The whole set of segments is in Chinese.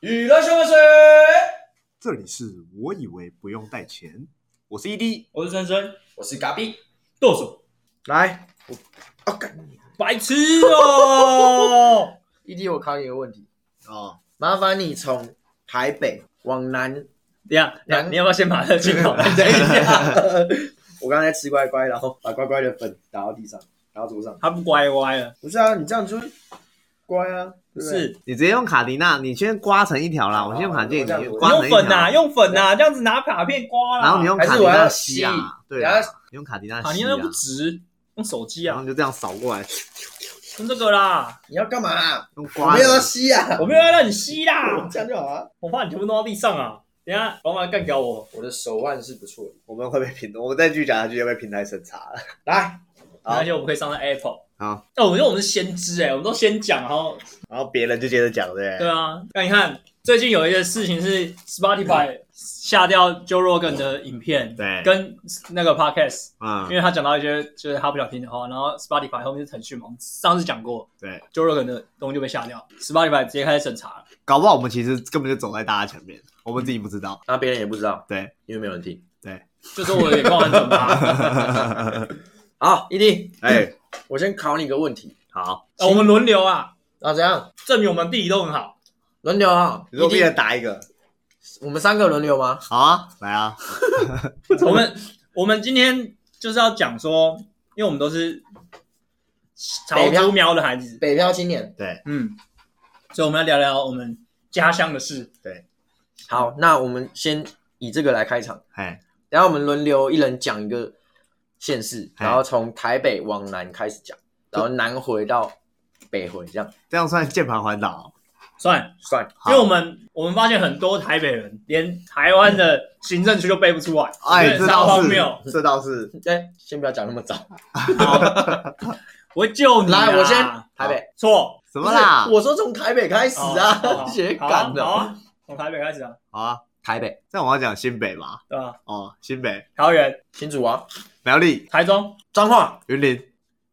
娱乐香水， 这里是我以为不用带钱，我是 ED， 我是森森， 我是嘎比， 剁手， 来， 白痴哦 ！ED，我考你一个问题哦， 麻烦你从台北往南， 等一下，你要不要先把这个镜头？ 等一下，我刚才吃乖乖，然后把乖乖的粉打到地上，打到桌上。 他不乖乖了， 不是啊，你这样就是乖啊，对不对？ 是你直接用卡迪娜，你先刮成一条啦，我先用卡迪娜，你我刮成一条， 用粉啊，这样子拿卡片刮啦。 然后你用卡迪娜吸啊，对啊，你用卡迪娜吸啊， 卡迪娜又不直，用手机啊， 然后你就这样扫过来， 用这个啦。 你要干嘛？ 用刮， 我没有要吸啊， 我没有要让你吸啦， 这样就好啊。 我怕你全部弄到地上啊。等一下老板干掉我， 我的手腕是不错的。 我们会被平，我们再继续讲下去就被平台审查了。 来， 而且我们可以上在 Apple。 好， 我觉得我们是先知我们都先讲， 然后别人就接着讲，对不对？ 对啊，那你看最近有一个事情是 Spotify 下掉 Joe Rogan 的影片， 对， 跟那个 Podcast，因嗯， 为他讲到一些就是他不想听的话，然后 Spotify 后面是腾讯嘛，我们上次讲过， 对 Joe Rogan 的东西就被下掉 ，Spotify 直接开始审查了。 搞不好我们其实根本就走在大家前面，我们自己不知道。 那别人也不知道， 对， 因为没有人听。 对， 就说我的眼光很准嘛。 好，ED， 哎， 我先考你一个问题。 好， 我们轮流啊， 那怎样？ 证明我们地理都很好。 轮流啊！ 你说别人打一个， 我们三个轮流吗？ 好啊，来啊， 我们今天就是要讲说，因为我们都是潮州苗的孩子， 北漂青年。 对， 所以我们要聊聊我们家乡的事。 对， 好，那我们先以这个来开场， 哎， 然后我们轮流一人讲一个县市， 嘿然后从台北往南开始讲，然后南回到北回， 这样算键盘环岛？ 算， 算。 因为我们发现很多台北人连台湾的行政区都背不出来， 哎，这倒荒谬。 是，这倒是。 先不要讲那么早。 好，我会救你啊。 来，我先台北。 错， 什么啦？ 我说从台北开始啊，写赶的。 好啊，从台北开始啊。 好啊， 台北， 这样我要讲新北嘛？ 对吧？ 哦，新北、 桃园、 新竹啊， 苗栗、 台中， 彰化， 云林，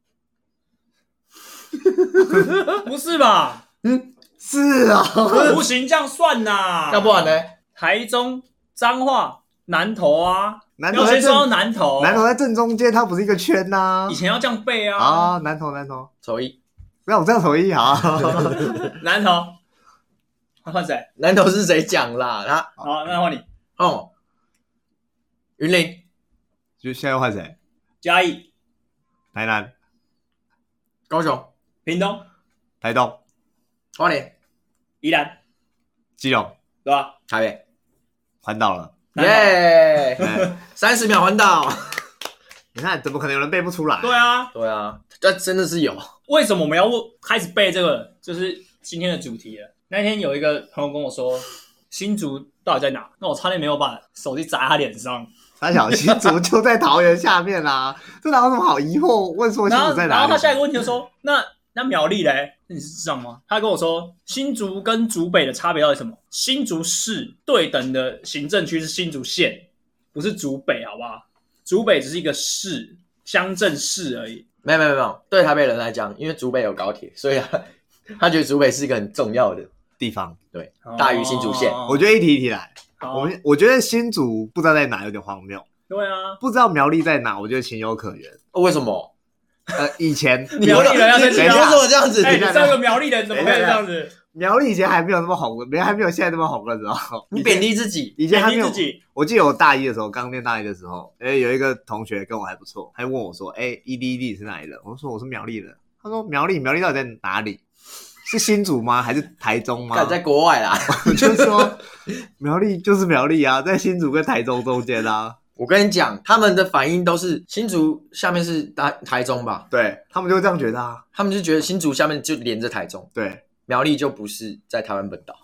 不是吧？ 是啊， 不行，这样算呐。 要不然呢？ 台中、彰化、南投啊， 南投在要先说到正， 南投， 南投在正中间，它不是一个圈呐以。前要这样背啊。 啊，南投， 首义， 那我这样统一好。 南投，换谁？ 南投是谁讲啦？他好，那换你。 哦，云林， 就现在又换谁？ 嘉义、 台南、 高雄， 屏东、 台东、 花莲， 宜兰， 基隆， 对吧？ 台北， 环岛了。 耶哎 ！30秒环岛。 你看，怎么可能有人背不出来？ 对啊， 对啊，这真的是有。 为什么我们要开始背这个？就是今天的主题了。那天有一个朋友跟我说，新竹到底在哪？那我差点没有把手机砸他脸上。 他小新竹就在桃园下面啦，这哪有什么好疑惑？问说新竹在哪里？ 然后他下一个问题就说，那苗栗嘞？你是知道吗？他跟我说，新竹跟竹北的差别到底是什么？新竹市对等的行政区是新竹县，不是竹北，好不好？竹北只是一个市，乡镇市而已。 没有，对台北人来讲，因为竹北有高铁，所以他觉得竹北是一个很重要的地方。 对，大于新竹县。 我觉得一题一题来。 好我觉得新竹不知道在哪有点荒谬。 对啊， 不知道苗栗在哪，我觉得情有可原。 为什么？ 以前苗栗人要生气你为什么这样子？ 你这个苗栗人怎么可以这样子？ 苗栗以前还没有那么红，还没有现在那么红的时候。 你贬低自己， 以前还没有自己。 我记得我大一的时候，刚念大一的时候，有一个同学跟我还不错，他就问我说：“ED 是哪里人？”我说：“我是苗栗人。”他说：“苗栗到底在哪里？是新竹吗？还是台中吗？” 在国外啦。 我就说苗栗就是苗栗啊，在新竹跟台中中间啊。 我跟你讲，他们的反应都是新竹下面是台中吧？ 对，他们就这样觉得啊。 他们就觉得新竹下面就连着台中， 对， 苗栗就不是在台湾本岛。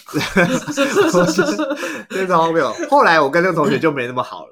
非常荒谬。后来我跟那个同学就没那么好了。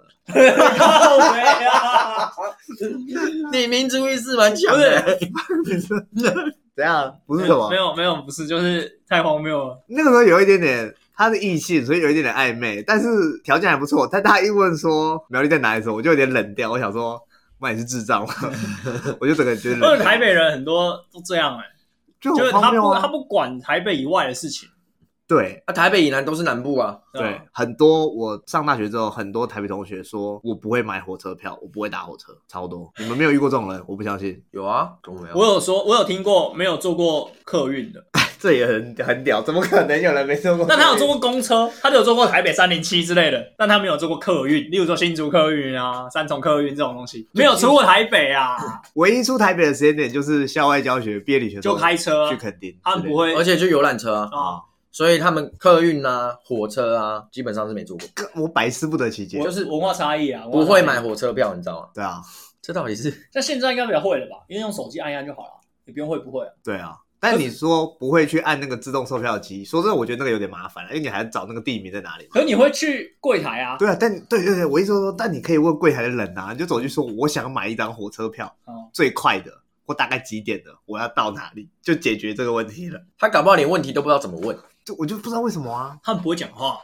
你民族意识蛮强的。 怎样？不是什么？ 没有，不是，就是太荒谬了。 那个时候有一点点，他是异性，所以有一点点暧昧，但是条件还不错。但他一问说苗栗在哪里的时候，我就有点冷掉。我想说，妈你是智障吗？我就整个觉得冷掉。 台北人很多都这样就就是很荒谬啊。 他不管台北以外的事情， 对台北以南都是南部啊。 对，很多我上大学之后，很多台北同学说我不会买火车票，我不会搭火车，超多。你们没有遇过这种人？我不相信。 有啊，我没有。 我有听过没有坐过客运的， 这也很屌，怎么可能有人没坐过？ 但他有坐过公车，他就有坐过台北307之类的，但他没有坐过客运，例如说新竹客运啊、三重客运这种东西，没有出过台北啊。 唯一出台北的时间点就是校外教学、毕业旅行就开车去垦丁， 他们不会， 而且就游览车啊。所以他们客运啊、火车啊，基本上是没坐过。 我百思不得其解， 就是文化差异啊， 不会买火车票，你知道吗？ 对啊， 这到底是？ 但现在应该比较会了吧？因为用手机按一按就好了，也不用会不会啊。 对啊，但你说不会去按那个自动售票机，说真的，我觉得那个有点麻烦了，因为你还要找那个地名在哪里。 可是你会去柜台啊？ 对啊，但对，我意思说，但你可以问柜台的人啊，你就走去说，我想买一张火车票，最快的，或大概几点的，我要到哪里，就解决这个问题了。 他搞不好连问题都不知道怎么问。 我就不知道为什么啊， 他们不会讲话，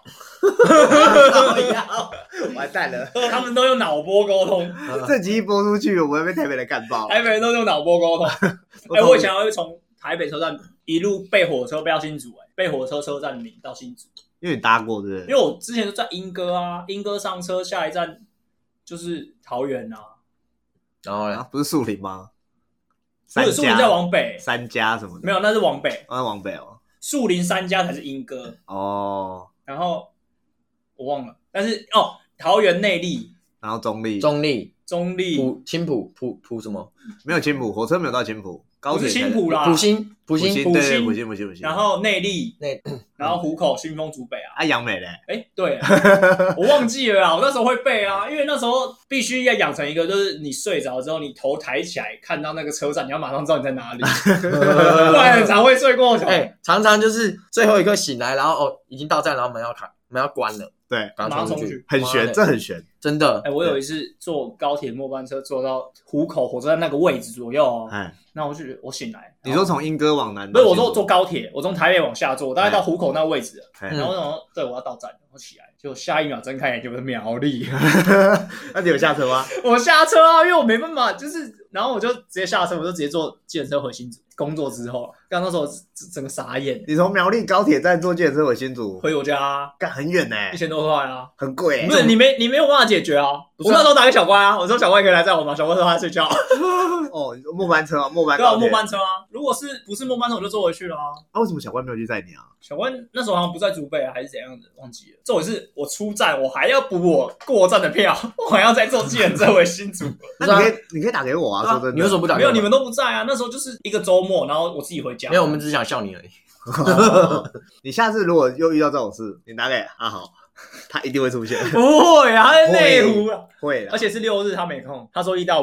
完蛋了， 他们都用脑波沟通。 这集一播出去，我们被台北人干爆。 台北人都用脑波沟通。我以前会从台北车站一路背火车背到新竹，背火车车站名到新竹。 因为你搭过，对不对？ 因为我之前就在莺歌啊，莺歌上车，下一站就是桃园啊。 然后呢？ 不是树林吗？ 不是树林在往北， 三家什么的？ 没有，那是往北。 往北哦。 树林3家才是莺歌哦， 然后我忘了，但是桃园内坜， 然后中立、 青埔什么？ 没有青埔，火车没有到青埔，高铁不是青埔啦， 埔心， 对，埔心， 然后内坜，然后湖口、新丰、竹北啊。 杨美嘞？ 对，我忘记了啊，我那时候会背啊，因为那时候必须要养成一个，就是你睡着之后，你头抬起来看到那个车站，你要马上知道你在哪里，不然很常会睡过头。 常常就是最后一刻醒来，然后已经到站，然后门要关了， 对， 马上冲出去， 很悬，这很悬， 真的。 我有一次坐高铁末班车坐到湖口火车站那个位置左右那我就觉得我醒来。 你说从莺歌往南？ 不是，我说坐高铁，我从台北往下坐，大概到湖口那个位置然后对，我要到站，我起来，就下一秒睁开眼就是苗栗。 那你有下车吗？ 我下车啊，因为我没办法，然后我就直接下车，我就直接坐计程车回新竹。工作之后，刚那时候整个傻眼。 你从苗栗高铁站坐计程车回新竹， 回我家啊， 干很远 1000多块啊， 很贵。 不是你没有办法解决啊。我那时候打给小乖啊，我说小乖可以来载我吗？小乖说他在睡觉。 末班车啊，末班对啊，末班车啊。如果不是末班车，我就坐回去了啊。 为什么小乖没有去载你啊？ 小乖那时候好像不在竹北还是怎样的，忘记了。重点是我出站，我还要补我过站的票，我还要再坐计程车回新竹。 那你可以打给我啊，说真的。 你为什么不打给我？ 没有，你们都不在啊。那时候就是一个周末，然后我自己回家。 没有，我们只是想笑你而已。 你下次如果又遇到这种事，你打给阿豪，他一定会出现。 不会啊，他在内湖啊， 会的， 而且是6日他没空，他说1到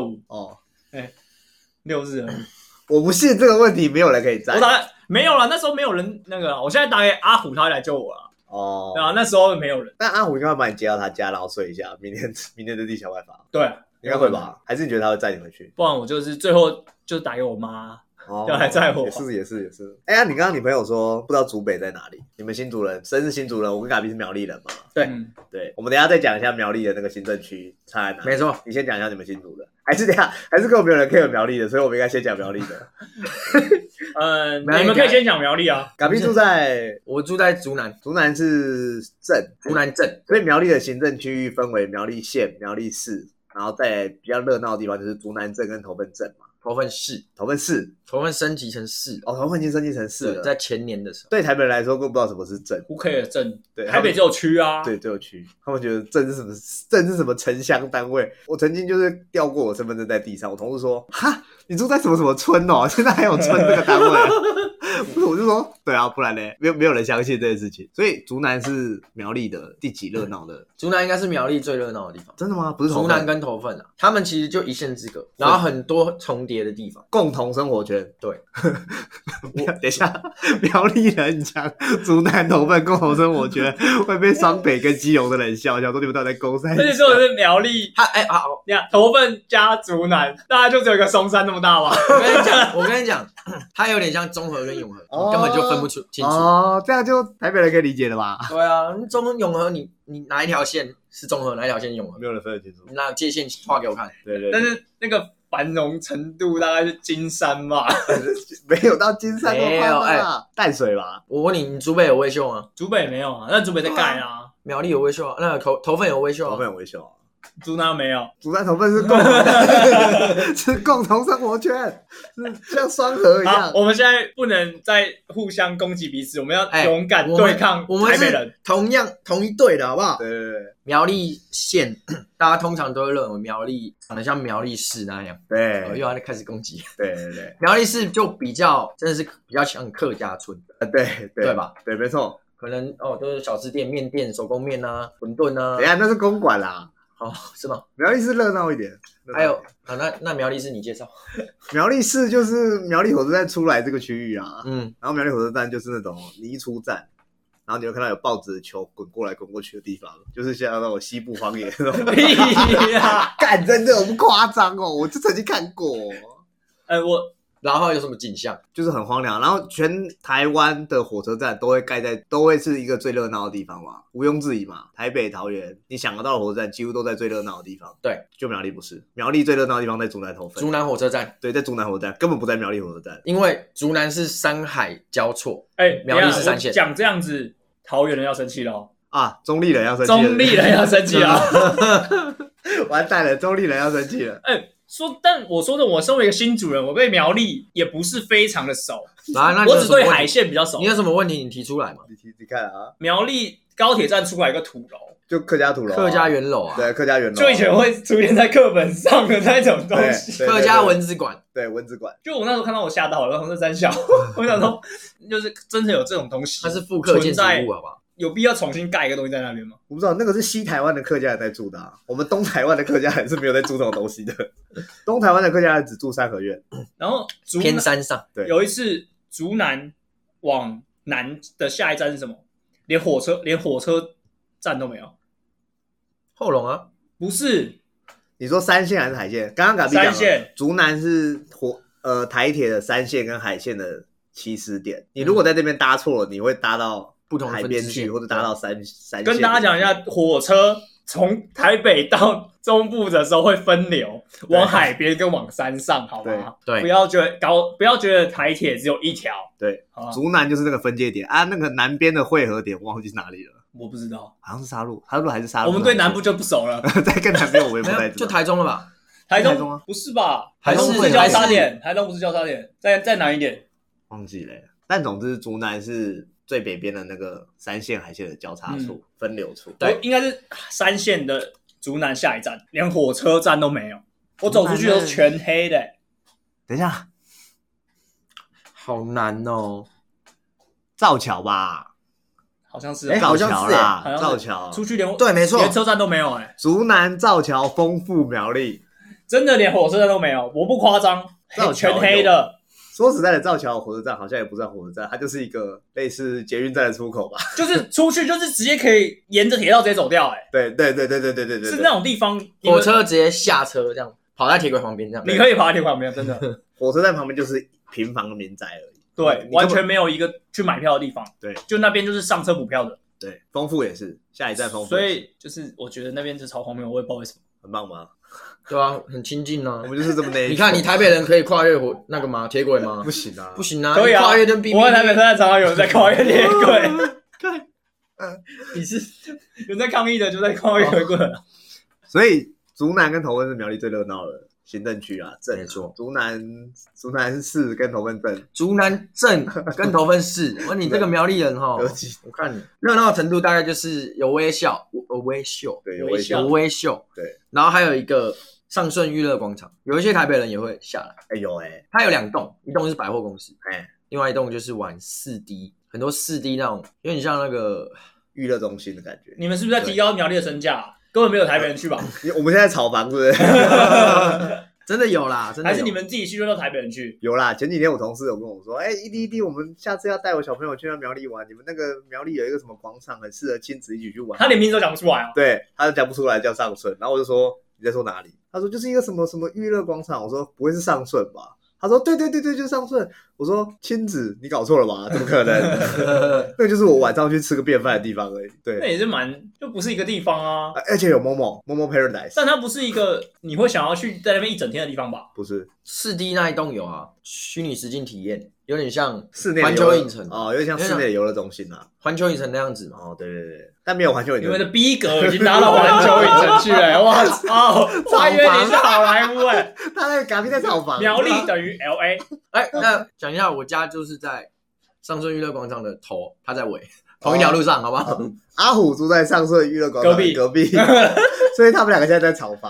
56日而已。 我不信这个问题没有人可以载。 我打没有了，那时候没有人那个，我现在打给阿虎，他会来救我了。对啊，那时候没有人。 但阿虎应该会把你接到他家，然后睡一下，明天的地小办法。 对， 应该会吧？还是你觉得他会载你回去？ 不然我就是最后就是打给我妈。要来载我， 也是。你刚刚你朋友说不知道竹北在哪里？你们新竹人，生是新竹人，我跟嘎比是苗栗人嘛？对，我们等一下再讲一下苗栗的那个行政区差在哪。 没错， 你先讲一下你们新竹的，还是根本没有人 care 苗栗的，所以我们应该先讲苗栗的。 你们可以先讲苗栗啊。 嘎比我住在竹南， 竹南是镇， 竹南镇， 所以苗栗的行政区域分为苗栗县、苗栗市，然后在比较热闹的地方就是竹南镇跟头份镇嘛。 头份市，头份升级成市头份已经升级成市了。 在前年的时候， 对台北人来说，更不知道什么是镇。 不可以的镇， 对， 台北只有区啊。 对，只有区。他们觉得镇是什么城乡单位。我曾经就是掉过我身份证在地上，我同事说：“哈，你住在什么什么村哦？现在还有村这个单位。”我就说：“对啊，不然呢？没有人相信这件事情。”所以竹南是苗栗的第几热闹的？ 竹南应该是苗栗最热闹的地方。 真的吗？不是竹南跟头份啊，他们其实就一线之隔，然后很多重叠的地方， 共同生活圈。 对， 等一下，苗栗人讲竹南头份共同生活圈会被双北跟基隆的人笑，想说你们到底在攻山？ 而且说的是苗栗，你看头份加竹南，大概就只有一个松山那么大吧？ 我跟你讲，它有点像中和跟永和，你根本就分不清楚。 这样就台北人可以理解了吧？ 对啊，中和永和你哪一条线是中和，哪一条线是永和？ 没有人分得清楚。 你拿界线画给我看。 对。 但是那个繁荣程度大概是金山吧。 没有到金山那么夸张啊，淡水吧。 我问你，你竹北有微秀吗？ 竹北没有啊，那竹北在盖啊。 苗栗有微秀啊？那头份有微秀啊？ 头份有微秀啊。 竹南没有， 竹南头份是共同是共同生活圈，是像双河一样。 我们现在不能再互相攻击彼此，我们要勇敢对抗我们台北人。 同一队的好不好？ 对对对， 苗栗县大家通常都会认为苗栗长得像苗栗市那样， 对， 又要开始攻击。 对对对， 苗栗市就比较真的是比较像客家村， 对吧？ 对，没错。 可能都是小吃店、面店、手工面啊、馄饨啊。 等一下那是公馆啦。 是吗？ 苗栗市热闹一点。 还有那苗栗市你介绍？ 苗栗市就是苗栗火车站出来这个区域啊，然后苗栗火车站就是那种你一出站，然后你会看到有报纸的球滚过来滚过去的地方，就是像那种西部荒野那种。干，真的不夸张哦，我就曾经看过。 然后有什么景象？ 就是很荒凉，然后全台湾的火车站都会是一个最热闹的地方嘛，毋庸置疑嘛。台北、桃园，你想得到的火车站几乎都在最热闹的地方。 对， 就苗栗不是，苗栗最热闹的地方在竹南头份。 竹南火车站， 对，在竹南火车站，根本不在苗栗火车站， 因为竹南是山海交错，苗栗是三线。 讲这样子，桃园人要生气了啊！中立人要生气了， 中立人要生气了， 完蛋了，中立人要生气了。 但我说的，我身为一个新主人，我对苗栗也不是非常的熟， 我只对海线比较熟。 你有什么问题你提出来嘛？ 你看啊， 苗栗高铁站出来一个土楼， 就客家土楼、 客家圆楼啊， 对，客家圆楼， 就以前会出现在课本上的那种东西， 客家文字馆， 对，文字馆。 就我那时候看到我吓到了，红色三小，我想说，就是真的有这种东西， 它是复刻建筑物，好不好？ 有必要重新盖一个东西在那边吗？ 我不知道，那个是西台湾的客家人在住的我们东台湾的客家人是没有在住这种东西的。东台湾的客家人只住三合院， 然后偏山上。 对， 有一次竹南往南的下一站是什么？连火车站都没有。 后龙啊？ 不是， 你说山线还是海线？刚刚嘎比讲了， 山线。 竹南是台铁的山线跟海线的起始点。你如果在这边搭错了，你会搭到不同的海边去，或者搭到山线。 跟大家讲一下，火车从台北到中部的时候会分流，往海边跟往山上，好吗？ 对， 不要觉得台铁只有一条。 对，竹南就是那个分界点啊，那个南边的汇合点忘记是哪里了。 我不知道， 好像是沙鹿还是沙鹿。 我们对南部就不熟了。 再跟南边我也不太知道。 就台中了吧？ 台中啊？不是吧？ 台中不是交叉点，台中不是交叉点，再南一点。 忘记了，但总之竹南是最北边的那个山线海线的交叉处，分流处。 对，应该是山线的竹南下一站，连火车站都没有。我走出去都是全黑的。 等一下， 好难哦。 造桥吧？ 好像是， 造桥啦，造桥出去连对，没错， 连车站都没有竹南造桥丰富苗栗， 真的连火车站都没有，我不夸张，全黑的。 说实在的，造桥火车站好像也不算火车站，它就是一个类似捷运站的出口吧。 就是出去就是直接可以沿着铁道直接走掉， 对， 是那种地方， 火车直接下车这样跑在铁轨旁边这样， 你可以跑在铁轨旁边，真的。 火车站旁边就是平房的民宅而已， 对，完全没有一个去买票的地方， 对， 就那边就是上车补票的， 对，丰富也是下一站丰富， 所以就是我觉得那边就超荒谬，我也不知道为什么， 很棒吗？ 对啊，很亲近啊， 我们就是这么内。 你看，你台北人可以跨越那个吗？铁轨吗？ 不行啊， 不行啊， 可以啊， 跨越跟 B B。 我在台北车站常常有人在跨越铁轨， 你是有人在抗议的就在跨越铁轨， 所以竹南跟头份是苗栗最热闹的行政区啊，镇没错。 竹南市跟头份镇， 竹南镇跟头份市，你这个苗栗人我看你热闹程度大概就是有微笑， 对， 有微笑， 对。 然后还有一个上顺娱乐广场，有一些台北人也会下来。它有2栋，一栋是百货公司，另外一栋就是玩4D，很多4D 那种，有点像那个娱乐中心的感觉。 你们是不是在提高苗栗的身价？根本没有台北人去吧？ 我们现在炒房是不是？ 真的有啦，真的有。 还是你们自己去就到台北人去？ 有啦，前几天我同事有跟我说，ED，我们下次要带我小朋友去苗栗玩，你们那个苗栗有一个什么广场，很适合亲子一起去玩。 他连名字都讲不出来哦。 对，他都讲不出来，叫上顺。然后我就说你在说哪里？他说就是一个什么什么娱乐广场。我说不会是上顺吧？ 他说对，就上顺。我说亲子，你搞错了吧？怎么可能？那个就是我晚上去吃个便饭的地方而已。对， 那也是就不是一个地方啊。 而且有Momo Paradise， 但它不是一个你会想要去在那边一整天的地方吧？ 不是 4D 那一栋有啊，虚拟实境体验，有点像室内环球影城哦，有点像室内游乐中心啊。 环球影城那样子嘛。 哦，对，但没有环球影城。 你们的逼格已经达到环球影城去了，我操！我还以为你是好莱坞哎。 他那个隔壁在炒房。 苗栗等于 LA。 哎，那讲一下，我家就是在上顺娱乐广场的头，他在尾，同一条路上，好不好？ 阿虎住在上顺娱乐广场隔壁，所以他们两个现在在炒房。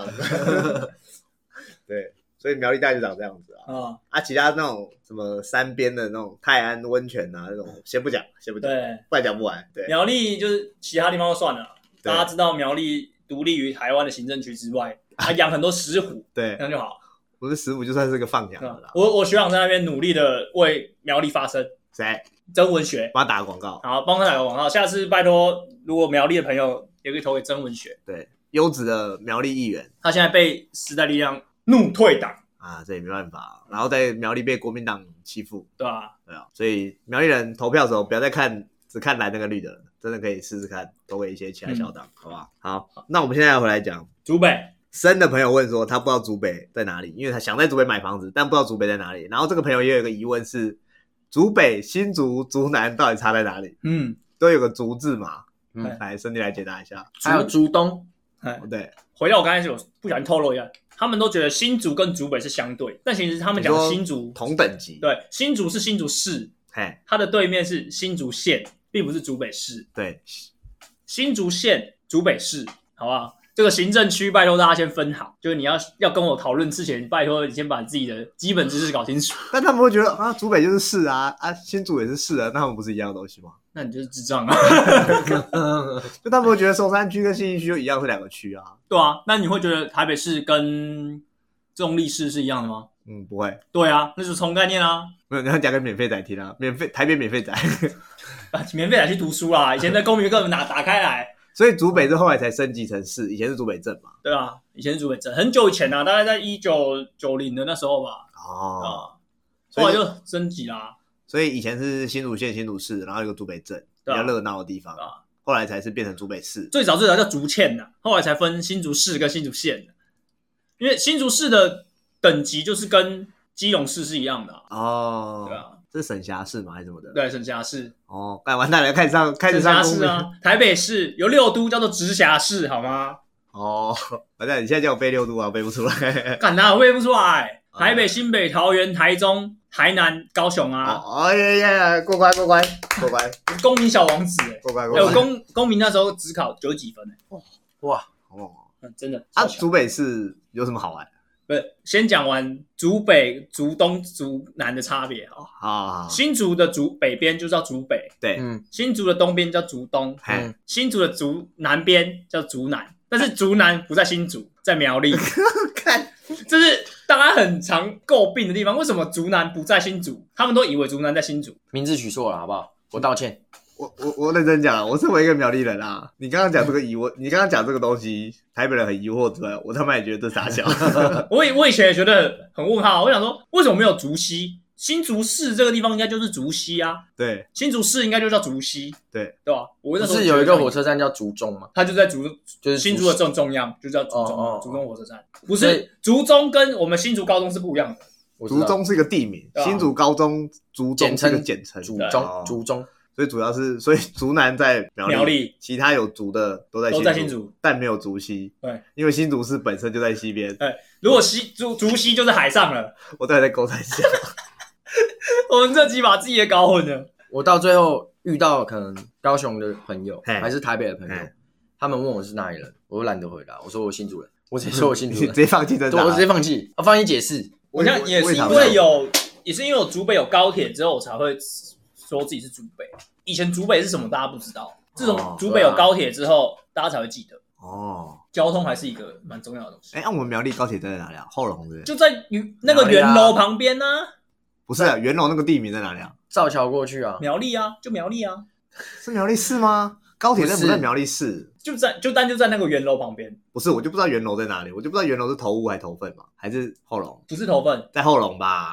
对，所以苗栗大概就长这样子啊。其他那种什么山边的那种泰安温泉啊，那种先不讲， 对， 不然讲不完。对， 苗栗就是其他地方就算了，大家知道苗栗独立于台湾的行政区之外，还养很多石虎， 对， 这样就好。 我是石虎就算是个放养了啦。 我学长在那边努力的为苗栗发声。 谁？ 曾文学， 帮他打个广告。 好，帮他打个广告。下次拜托，如果苗栗的朋友也可以投给曾文学。 对，优质的苗栗议员。 他现在被时代力量怒退党啊，这也没办法。然后在苗栗被国民党欺负， 对啊， 所以苗栗人投票的时候不要再只看蓝那个绿的了，真的可以试试看，投给一些其他小党，好不好？好，那我们现在回来讲竹北。 生的朋友问说他不知道竹北在哪里，因为他想在竹北买房子，但不知道竹北在哪里。然后这个朋友也有一个疑问是，竹北、新竹、竹南到底差在哪里？都有个竹字嘛。来，生弟来解答一下。 还有竹东。 对， 回到我刚才有不小心透露一下，他们都觉得新竹跟竹北是相对，但其实他们讲新竹同等级。 对，新竹是新竹市，它的对面是新竹县，并不是竹北市。 对， 新竹县、竹北市，好不好？这个行政区拜托大家先分好，就是你要跟我讨论之前，拜托你先把自己的基本知识搞清楚。 但他们会觉得啊，竹北就是市啊，新竹也是市啊，那他们不是一样的东西吗？ 那你就是智障啊！ 就他们会觉得松山区跟信义区就一样是两个区啊。 对啊，那你会觉得台北市跟中立市是一样的吗？ 不会。 对啊，那就是同概念啊。 没有，你要讲给免费仔听啊，台北免费仔， 免费仔去读书啦。以前的公民课本打开来。 所以竹北是后来才升级成市，以前是竹北镇嘛。 对啊，以前是竹北镇，很久以前啊，大概在1990的那时候吧。后来就升级啦。 所以以前是新竹县、新竹市，然后有个竹北镇，比较热闹的地方。后来才是变成竹北市。最早叫竹堑呐，后来才分新竹市跟新竹县的。因为新竹市的等级就是跟基隆市是一样的对啊。 这是省辖市吗？还是什么的？ 对，省辖市。 完蛋了，开始上公民啊。台北市有6都叫做直辖市，好吗？ 完蛋，你现在叫我背6都啊，我背不出来。 干哪我背不出来？台北、新北、桃园、台中、台南、高雄啊。 过关。 公民小王子过关。 公民那时候只考90几分哇， 真的。 竹北市有什么好玩？ 不是，先讲完竹北、竹东、竹南的差别新竹的北边就叫竹北， 对， 新竹的东边叫竹东，新竹的竹南边叫竹南，但是竹南不在新竹，在苗栗。看，这是大家很常诟病的地方，为什么竹南不在新竹？他们都以为竹南在新竹， 名字取错了，好不好？我道歉。 我认真讲，我身为一个苗栗人啊，你刚刚讲这个疑问，你刚刚讲这个东西，台北人很疑惑之外，我他妈也觉得这傻笑。 我以前也觉得很问号，我想说为什么没有竹溪？新竹市这个地方应该就是竹溪啊， 对， 新竹市应该就叫竹溪，对吧？ 不是有一个火车站叫竹中吗？ 它就在就是新竹的正中央，就叫竹中，竹中火车站。不是竹中跟我们新竹高中是不一样的， 竹中是一个地名，新竹高中竹中是个简称， 竹中。 所以主要是，所以竹南在苗栗，其他有竹的都在新竹，但没有竹溪。 对， 因为新竹市本身就在西边。 对，如果竹溪就是海上了。 我都还在勾台下。 我们这集把自己也搞混了。 我到最后遇到可能高雄的朋友还是台北的朋友，他们问我是哪里人，我懒得回答，我说我新竹人，我直接说我新竹人， 直接放弃真的， 我直接放弃，放弃解释。 我想也是因为有竹北有高铁之后，我才会说自己是竹北。以前竹北是什么大家不知道，自从竹北有高铁之后，大家才会记得。交通还是一个蛮重要的东西。 我们苗栗高铁站在哪里啊？后龙对不对？ 就在那个圆楼旁边啊。 不是圆楼那个地名在哪里啊？ 造桥过去啊。 苗栗啊，就苗栗啊。 是苗栗市吗？高铁站不在苗栗市， 就在那个圆楼旁边。 不是，我就不知道圆楼在哪里，我就不知道圆楼是头屋还是头份嘛，还是后龙？ 不是头份， 在后龙吧？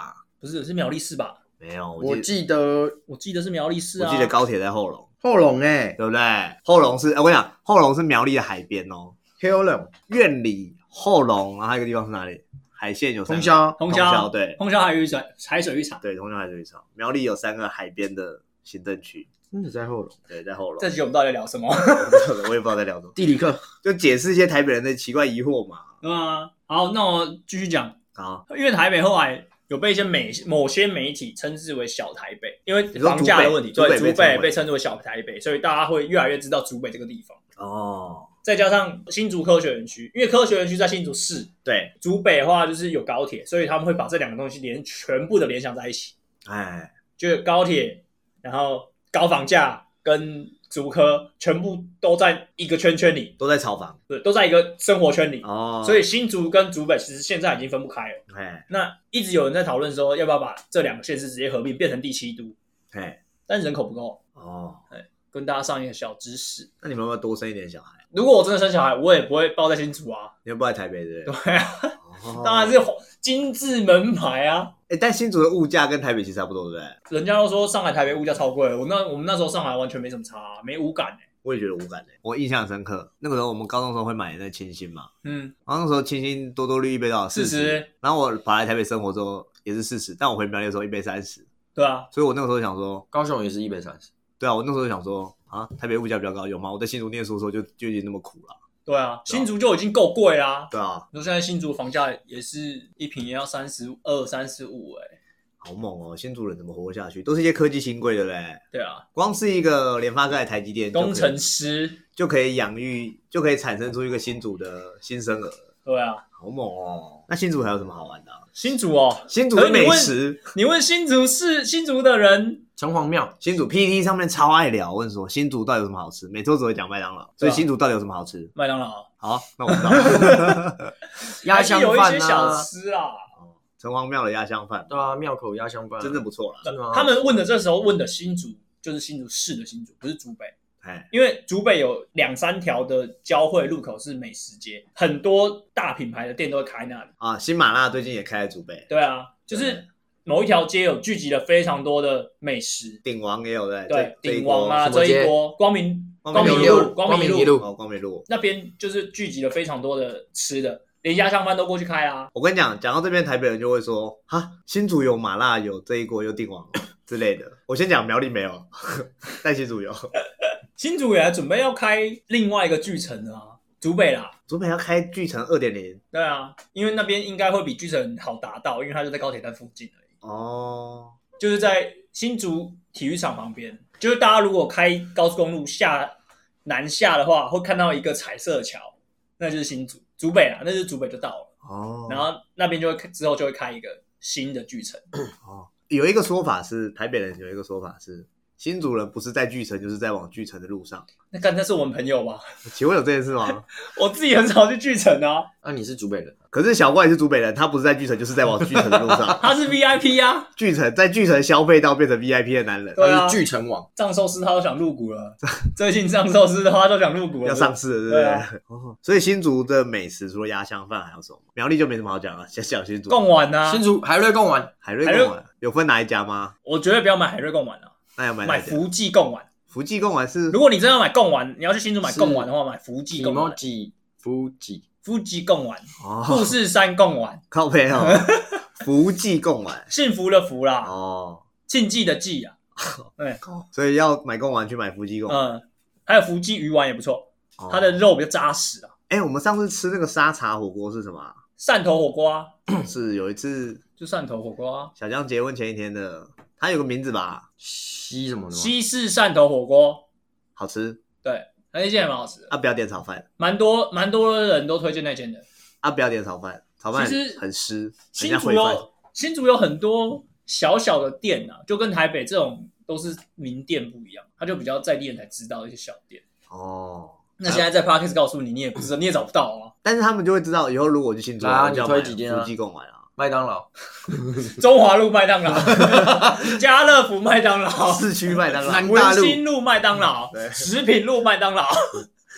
不是苗栗市吧？ 没有， 我记得是苗栗市啊。 我记得高铁在后龙， 后龙对不对？后龙是，我跟你讲，后龙是苗栗的海边哦。 后龙、 苑里、后龙，然后还有一个地方是哪里？海线有通宵， 对， 通宵海水浴场， 对，通宵海水浴场。苗栗有3个海边的行政区， 真的在后龙， 对，在后龙。 这集我们到底在聊什么？ 我也不知道在聊什么， 地理课就解释一些台北人的奇怪疑惑嘛。 对啊，好，那我继续讲。 好， 因为台北后来有被一些某些媒体称之为小台北，因为房价的问题，对，竹北被称之为小台北，所以大家会越来越知道竹北这个地方。 哦， 再加上新竹科学园区，因为科学园区在新竹市， 对， 竹北的话就是有高铁，所以他们会把这2个东西全部的联想在一起。 哎， 就是高铁，然后高房价跟竹科全部都在一个圈圈里， 都在炒房， 对，都在一个生活圈里。 哦， 所以新竹跟竹北其实现在已经分不开了。 哎， 那一直有人在讨论说，要不要把这2个县市直接合并变成第7都？ 哎， 但人口不够。 哦， 跟大家上一个小知识。 那你们要不要多生一点小孩？ 如果我真的生小孩，我也不会抱在新竹啊。 你又不在台北对不对？ 对啊， 哦当然是金字门牌啊。 但新竹的物价跟台北其实差不多，对不对？ 人家都说上海、台北物价超贵，我们那时候上海完全没什么差、啊，没无感欸。 我也觉得无感我印象很深刻。那个时候我们高中的时候会买那清新嘛，然后那时候清新多多绿一杯多少40，然后我跑来台北生活之后也是40，但我回苗栗的时候一杯30。 对啊， 所以我那个时候想说， 高雄也是130。 对啊，我那时候想说啊，台北物价比较高，有吗？我在新竹念书的时候就已经那么苦了。 对啊，新竹就已经够贵啦。 对啊， 你说现在新竹房价也是一坪也要32、35 好猛哦！新竹人怎么活下去？都是一些科技新贵的嘞。 对啊， 光是一个联发科、台积电工程师就可以养育，就可以产生出一个新竹的新生儿。 对啊， 好猛哦！那新竹还有什么好玩的新竹哦， 新竹的美食。 你问新竹的人， 城隍庙， 新竹 PTT 上面超爱聊，问说新竹到底有什么好吃，每周只会讲麦当劳，所以新竹到底有什么好吃？ 麦当劳。 好，那我知道。 鸭香饭啊， 有一些小吃啦。 城隍庙的鸭香饭， 对啊，庙口鸭香饭真的不错啦。 他们这时候问的新竹就是新竹市的新竹，不是竹北。因为竹北有2-3条的交汇路口是美食街，很多大品牌的店都会开那里啊。新麻辣最近也开在竹北。 对啊，就是某一条街有聚集了非常多的美食。 鼎王也有对，鼎王啊，这一锅光明路那边就是聚集了非常多的吃的。连鸭香饭都过去开啊！ 我跟你讲到这边，台北人就会说：哈，新竹有麻辣，有这一锅，有鼎王之类的。我先讲苗栗没有，但新竹有。 新竹也准备要开另外一个巨城啊，竹北啦， 竹北要开巨城2.0。 对啊，因为那边应该会比巨城好达到，因为它就在高铁站附近而已。 哦， 就是在新竹体育场旁边。就是大家如果开高速公路南下的话，会看到一个彩色的桥，那就是新竹。竹北啦，那就是竹北就到了哦，然后那边之后就会开一个新的巨城哦。有一个说法是，台北人有一个说法是，新竹人不是在巨城，就是在往巨城的路上。 那是我们朋友吧？ 请问有这件事吗？ 我自己很少去巨城啊。 那你是竹北人， 可是小怪也是竹北人，他不是在巨城，就是在往巨城的路上。 他是 VIP 啊， 在巨城消费到变成 VIP 的男人。 对啊， 他是巨城王。 藏寿司他都想入股了，最近藏寿司的话都想入股了， 要上市了，对不对？啊所以新竹的美食除了鸭香饭还有什么？苗栗就没什么好讲了，先讲新竹。 贡丸啊， 新竹海瑞贡丸， 海瑞贡丸有分哪一家吗？ 我绝对不要买海瑞贡丸啊， 那要买福记贡丸。 福记贡丸是， 如果你真的要买贡丸，你要去新竹买贡丸的话，买福记贡丸。福记贡丸，富士山贡丸， 靠北哦。福记贡丸， 幸福的福啦，庆忌的忌啊。对， 所以要买贡丸去买福记贡丸。 还有福记鱼丸也不错，它的肉比较扎实啊。 我们上次吃那个沙茶火锅是什么啊？ 汕头火锅啊。 是有一次就汕头火锅啊。 小江结婚前一天的，它有个名字吧？ 西什么的？ 西式汕头火锅，好吃。 对，那间也蛮好吃的。 啊，不要点炒饭。蛮多人都推荐那间的。 啊，不要点炒饭，炒饭很湿。 新竹有很多小小的店啊，就跟台北这种都是名店不一样，它就比较在地人才知道的一些小店。哦。那现在在 Podcast 告诉你，你也不知道，你也找不到啊。 但是他们就会知道，以后如果我去新竹， 你推几间啊？ 福记贡丸啊。 麦当劳， 中华路麦当劳，家乐福麦当劳， 市区麦当劳， 文心路麦当劳，食品路麦当劳，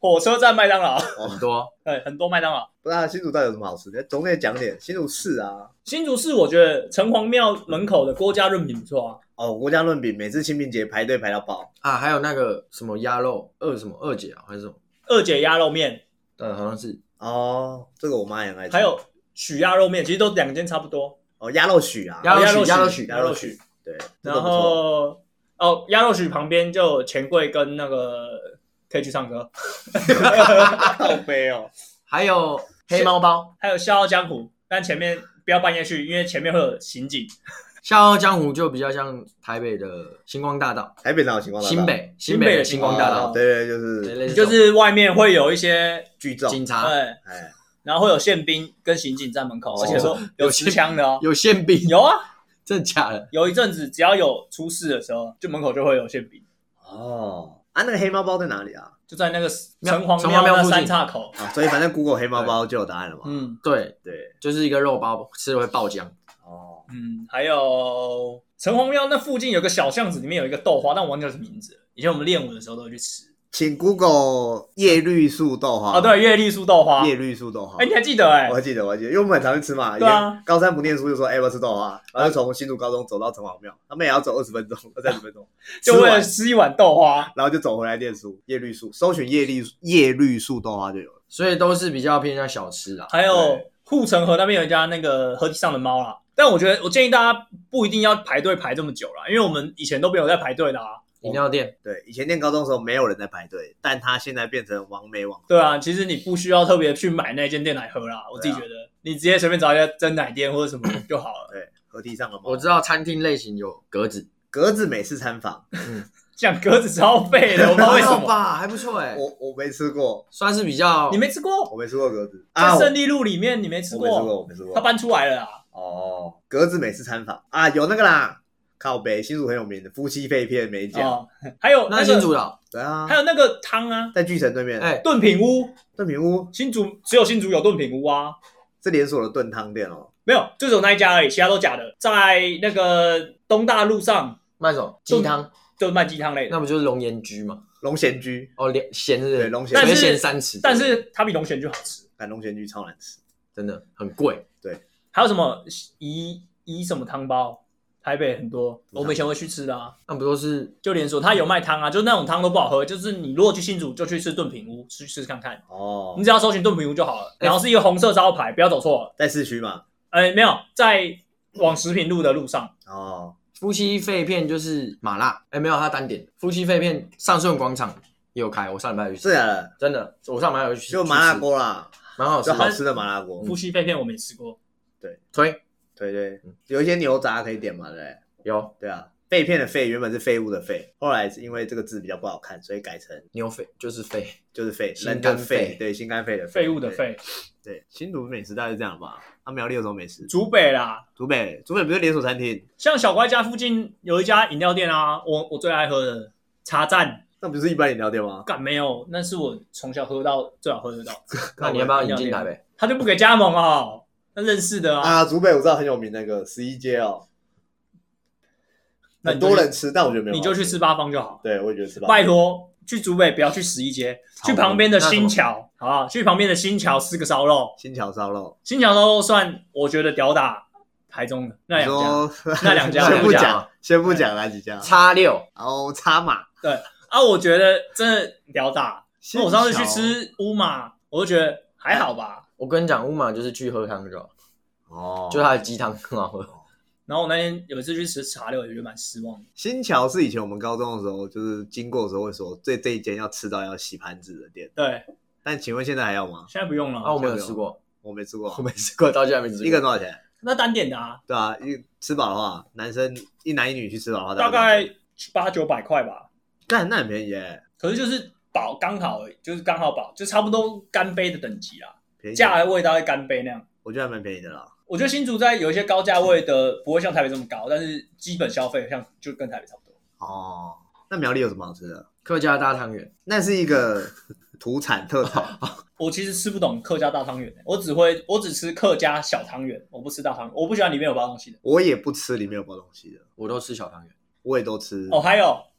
火车站麦当劳， 很多。 对，很多麦当劳。 不知道新竹到底有什么好吃的？总得讲点新竹市啊。 新竹市我觉得城隍庙门口的郭家润饼不错啊。 哦，国家润饼每次清明节排队排到爆啊，还有那个什么鸭肉二姐啊，还是什么？ 二姐鸭肉面， 好像是。 哦，这个我妈也很爱吃。 还有许鸭肉面，其实都2间差不多。 哦，鸭肉许啊， 鸭肉许。 对， 然后鸭肉许旁边就有钱柜跟那个可以去唱歌， 靠背哦。 还有黑猫包， 还有笑傲江湖，但前面不要半夜去，因为前面会有刑警。 笑傲江湖就比较像台北的星光大道， 台北哪有星光大道？ 新北的星光大道， 对， 就是外面会有一些聚众警察， 对，然后会有宪兵跟刑警在门口，而且说有持枪的哦， 有宪兵， 有啊， 真的假的？ 有一阵子只要有出事的时候，就门口就会有宪兵。 哦，那个黑猫包在哪里啊？ 就在那个城隍庙那三岔口啊，所以反正 Google 黑猫包就有答案了嘛。 对， 对， 就是一个肉包，吃了会爆浆。 哦， 还有城隍庙那附近有个小巷子，里面有一个豆花，但我忘记叫什么名字了。以前我们练舞的时候都会去吃。 请 Google 叶绿素豆花。 对，叶绿素豆花。 叶绿素豆花。 你还记得？ 我还记得，因为我们很常去吃嘛。 对啊。 高三不念书就说，要不要吃豆花？然后就从新竹高中走到城隍庙，他们也要走20分钟、30分钟， 就为了吃一碗豆花， 然后就走回来念书。叶绿素，搜寻叶绿素豆花就有了。 所以都是比较偏向小吃啦。 还有护城河那边有一家那个河堤上的猫啦，但我建议大家不一定要排队排这么久啦，因为我们以前都没有在排队的啊。 饮料店， 对，以前念高中的时候没有人在排队，但他现在变成网美网。 对啊，其实你不需要特别去买那间店来喝啦，我自己觉得，你直接随便找一家珍奶店或者什么就好了。 对，河堤上的猫。 我知道餐厅类型有格子美式餐房， 讲格子超废的，我不知道为什么吧，还不错我没吃过， 算是比较。 你没吃过？ 我没吃过格子， 在胜利路里面你没吃过？ 我没吃过， 他搬出来了啦。 哦，格子美式餐房啊，有那个啦。靠北，新竹很有名的夫妻肺片美甲， 还有那新竹的， 对啊， 还有那个汤啊， 在巨城对面， 炖品屋， 新竹只有新竹有炖品屋啊， 是连锁的炖汤店哦， 没有，就只有那一家而已，其他都假的，在那个东大路上卖什么鸡汤， 就是卖鸡汤类的， 那不就是龙岩居吗？ 龙贤居哦，咸是对龙贤， 但是咸3匙， 但是它比龙贤居好吃， 但龙贤居超难吃， 真的很贵， 对， 还有什么宜什么汤包？台北很多，我们以前会去吃的啊。 那不都是就连锁，它有卖汤啊，就是那种汤都不好喝。就是你如果去新竹，就去吃炖品屋，去试试看看。 哦， 你只要搜寻炖品屋就好了。然后是一个红色招牌，不要走错了。 在市区嘛？ 没有，在往食品路的路上。 哦， 夫妻肺片就是麻辣，没有，它单点。夫妻肺片上顺广场也有开，我上礼拜有去吃。 是的， 真的，我上礼拜有去。 就麻辣锅啦， 蛮好吃， 就好吃的麻辣锅。 夫妻肺片我没吃过， 对， 推。 对，有一些牛杂可以点嘛，对不对？ 有， 对啊，肺片的肺原本是废物的废，后来是因为这个字比较不好看，所以改成牛肺，就是肺， 人跟肺，对，心肝肺的废物的废。 对，新竹美食大概是这样吧。苗栗有什么美食？ 竹北啦， 竹北不是连锁餐厅？ 像小乖家附近有一家饮料店啊，我最爱喝的茶站。 那不是一般饮料店吗？ 干没有，那是我从小喝到最好喝得到。 那你要不要引进台北？ 他就不给加盟哦，那认识的啊。 竹北我知道很有名那个11街哦。很多人吃，但我觉得没有。 你就去吃八方就好。 对，我也觉得吃八方。 拜托，去竹北不要去11街，去旁边的新桥，好不好？去旁边的新桥吃个烧肉。 新桥烧肉算我觉得屌打台中的那两家， 先不讲哪几家。 X6， 叉马。 对啊，我觉得真的屌打。那我上次去吃乌马，我就觉得还好吧。 我跟你讲，乌马就是去喝汤就好。哦，就它的鸡汤很好喝。 然后我那天有一次去吃茶六，也觉得蛮失望的。 新桥是以前我们高中的时候，就是经过的时候会说，这一间要吃到要洗盘子的店。 对， 但请问现在还要吗？ 现在不用了。 我没有吃过， 我没吃过， 到现在没吃过。 一个人多少钱？ 那单点的啊。 对啊，吃饱的话，男生一男一女去吃饱的话， 大概800-900块吧。 干，那很便宜耶。 可是就是饱刚好而已，就是刚好饱，就差不多干杯的等级啦。价位大概干杯那样， 我觉得还蛮便宜的啦。 我觉得新竹在有一些高价位的不会像台北这么高，但是基本消费就跟台北差不多。 哦，那苗栗有什么好吃的？ 客家大汤圆， 那是一个土产特产。 我其实吃不懂客家大汤圆，我只吃客家小汤圆，我不吃大汤圆，我不喜欢里面有包东西的。 我也不吃里面有包东西的， 我都吃小汤圆， 我也都吃。 还有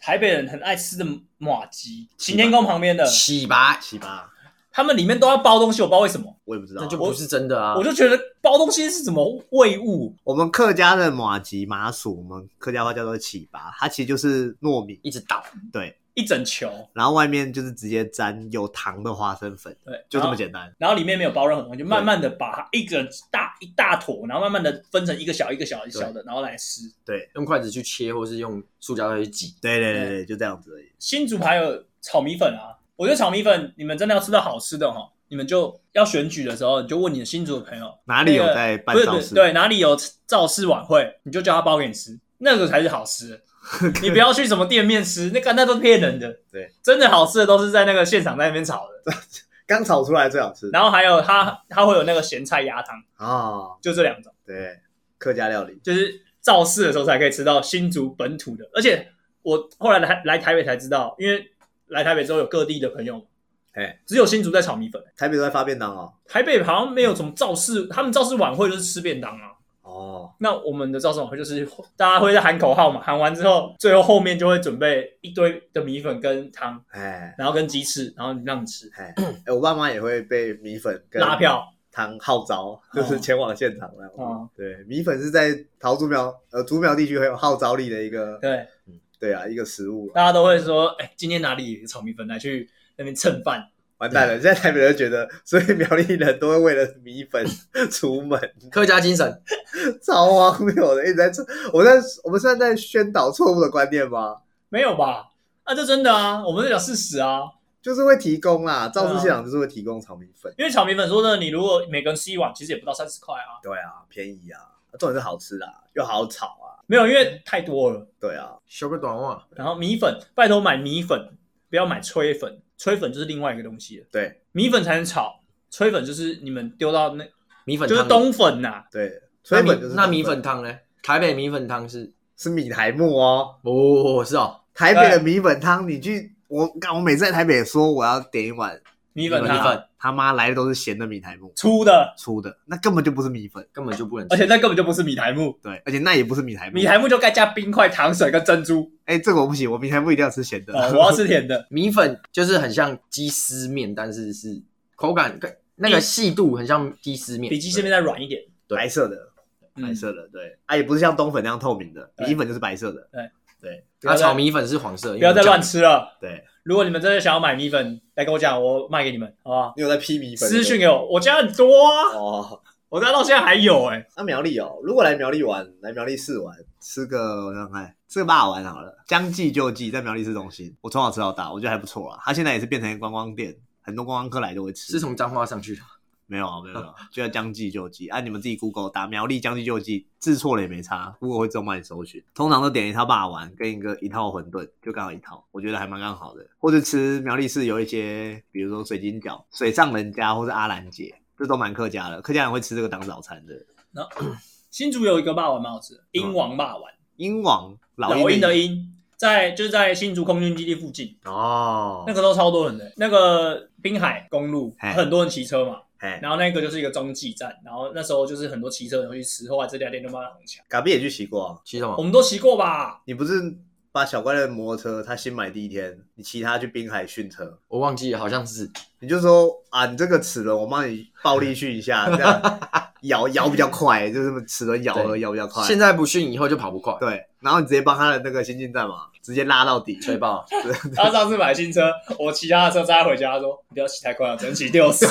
台北人很爱吃的麻糬，行天宫旁边的起拔， 他们里面都要包东西，我不知道为什么， 我也不知道， 那就不是真的啊。 我就觉得包东西是什么味物， 我们客家的麻糬麻薯，我们客家话叫做起拔，它其实就是糯米， 一直倒， 对， 一整球， 然后外面就是直接沾有糖的花生粉， 对， 就这么简单。 然后里面没有包任何东西，就慢慢的把它一大坨，然后慢慢的分成一个小一个小的，然后来吃。 对， 用筷子去切，或是用塑胶袋去挤。 对，就这样子而已。 新竹还有炒米粉啊，我觉得炒米粉你们真的要吃到好吃的哈，你们就要选举的时候，你就问你的新竹的朋友哪里有在办造势， 对，哪里有造势晚会，你就叫他包给你吃，那个才是好吃的。你不要去什么店面吃，那都是骗人的。 对， 真的好吃的都是在那个现场在那边炒的， 刚炒出来最好吃。 然后还有它会有那个咸菜鸭汤哦， 就这2种。 对，客家料理就是造势的时候才可以吃到新竹本土的，而且我后来来台北才知道，因为来台北之后有各地的朋友，只有新竹在炒米粉， 台北都在发便当哦。 台北好像没有什么造势，他们造势晚会就是吃便当啊。 哦， 那我们的造势晚会就是大家会在喊口号嘛，喊完之后，最后面就会准备一堆的米粉跟汤，然后跟鸡翅，然后让你吃。 我爸妈也会被米粉跟拉票汤号召，就是前往现场那种。 对，米粉是在竹苗地区很有号召力的一个，对啊，一个食物。 大家都会说，今天哪里有炒米粉来去那边蹭饭。 完蛋了！现在台北人觉得，所以苗栗人都会为了米粉出门， 客家精神， 超荒谬的，一直在吃。我们现在在宣导错误的观念吗？ 没有吧？这真的啊，我们在讲事实啊， 就是会提供啦，造势现场就是会提供炒米粉， 因为炒米粉说真的，你如果每个人吃一碗，其实也不到30块啊。 对啊，便宜啊，重点是好吃啦，又好炒啊。 没有，因为太多了。 对啊， 修个短袜。 然后米粉，拜托买米粉，不要买炊粉。炊粉就是另外一个东西了， 对， 米粉才能炒，炊粉就是你们丢到那米粉汤， 就是冬粉呐。 对，炊粉就是那米粉汤呢？台北米粉汤是米苔目哦。 哦，是哦。 台北的米粉汤，你去我每次在台北说我要点一碗米粉汤， 他妈来的都是咸的米苔目， 粗的， 那根本就不是米粉， 根本就不能吃， 而且那根本就不是米苔目。 对，而且那也不是米苔目， 米苔目就该加冰块、糖水跟珍珠。 这个我不行，我米苔目一定要吃咸的。 我要吃甜的。 米粉就是很像鸡丝面，但是是口感那个细度很像鸡丝面， 比鸡丝面再软一点， 白色的，对，也不是像冬粉那样透明的，米粉就是白色的，对， 炒米粉是黄色， 不要再乱吃了。 对， 如果你们真的想要买米粉，来跟我讲，我卖给你们，好不好？ 你有在批米粉？ 私讯给我家很多啊。 哦， 我家到现在还有那苗栗如果来苗栗玩，来苗栗市玩，吃个我想想看，吃个霸王好了，将计就计，在苗栗市中心，我从小吃到大，我觉得还不错啦。它现在也是变成观光店，很多观光客来都会吃。 是从彰化上去的？ 没有，就要将计就计。你们自己 Google 打苗栗将计就计，字错了也没差 ，Google 会自动帮你搜寻。通常都点一套霸王跟一套馄饨，就刚好一套，我觉得还蛮刚好的。或者吃苗栗市有一些，比如说水晶饺、水上人家或是阿兰姐，这都蛮客家的，客家人会吃这个当早餐的。 新竹有一个霸王蛮好吃的，鹰王霸王， 鹰王老鹰的鹰。就是在新竹空军基地附近哦， 那个都超多人的，那个滨海公路很多人骑车嘛，然后那个就是一个中继站，然后那时候就是很多骑车人会去吃，后来这家店就慢慢红起来。 嘎比也去骑过啊？ 骑什么？ 我们都骑过吧？ 你不是把小乖的摩托车，他新买第一天，你骑他去滨海训车？ 我忘记了，好像是。 你就说你这个齿轮我帮你暴力训一下，这样摇比较快，就是齿轮摇比较快。 现在不训，以后就跑不快。 对，然后你直接帮他的那个先进站嘛，直接拉到底， 吹爆。 他上次买新车，我骑他的车载他回家，他说你不要骑太快了，只能骑60。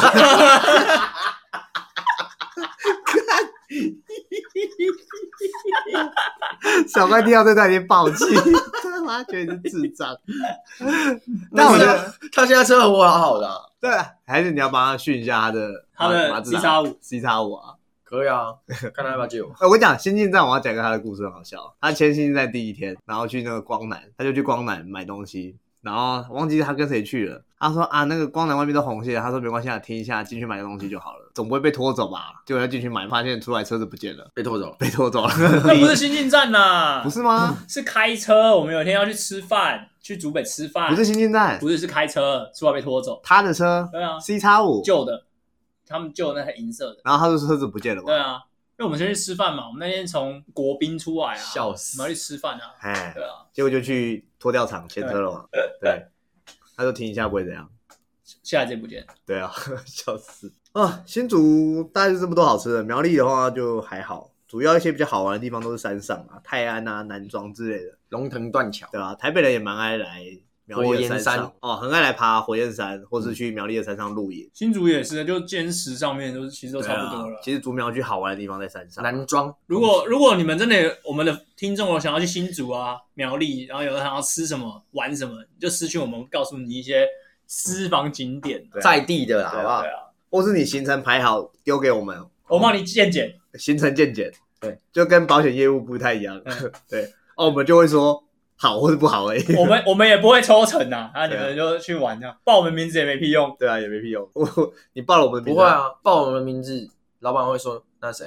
小乖听到这段已经爆气，他妈觉得你是智障。但我觉得他现在车活好好的对，还是你要帮他训一下他的 C-X5 啊？ 可以啊，看他要不要借我。 我跟你讲，新进站我要讲一个他的故事，很好笑。他签新进站第一天，然后去那个光南，他就去光南买东西，然后忘记他跟谁去了。他说那个光南外面都红线，他说没关系，停一下进去买个东西就好了，总不会被拖走吧？结果他进去买，发现出来车子不见了， 被拖走了。 那不是新进站啦， 不是吗？ 是开车。我们有一天要去吃饭，去竹北吃饭， 不是新进站， 不是，是开车，出来被拖走。 他的车， 对啊 ，C-X5 旧的，他们旧的那台银色的， 然后他说车子不见了嘛？ 对啊， 为我们先去吃饭嘛，我们那天从国宾出来啊， 笑死我们要去吃饭啊， 哎， 对啊， 结果就去脱掉场牵车了嘛。对，他说停一下不会怎样。 下一届不见。 对啊，笑死啊！新竹大概就这么多好吃的，苗栗的话就还好，主要一些比较好玩的地方都是山上啊，泰安啊、南庄之类的， 龙腾断桥， 对吧、台北人也蛮爱来苗栗的山火焰山上哦，很爱来爬火焰山，或是去苗栗的山上露营。 新竹也是，就坚石上面其实都差不多了。 对啊其实竹苗区好玩的地方在山上。 南庄。 如果你们真的我们的听众有想要去新竹啊、苗栗，然后有人想要吃什么、玩什么，就私讯我们，告诉你一些私房景点， 对啊在地的啦， 对好不好啊对？啊， 或是你行程排好丢给我们， 我帮你健检。 行程健检， 对， 就跟保险业务不太一样， 嗯对，哦，我们就会说好或是不好而已， 我们也不会抽成啊，你对啊们就去玩这样，报我们名字也没屁用。 对啊，也没屁用，你报了我们的名字， 不会啊，报我们的名字，老板会说那谁？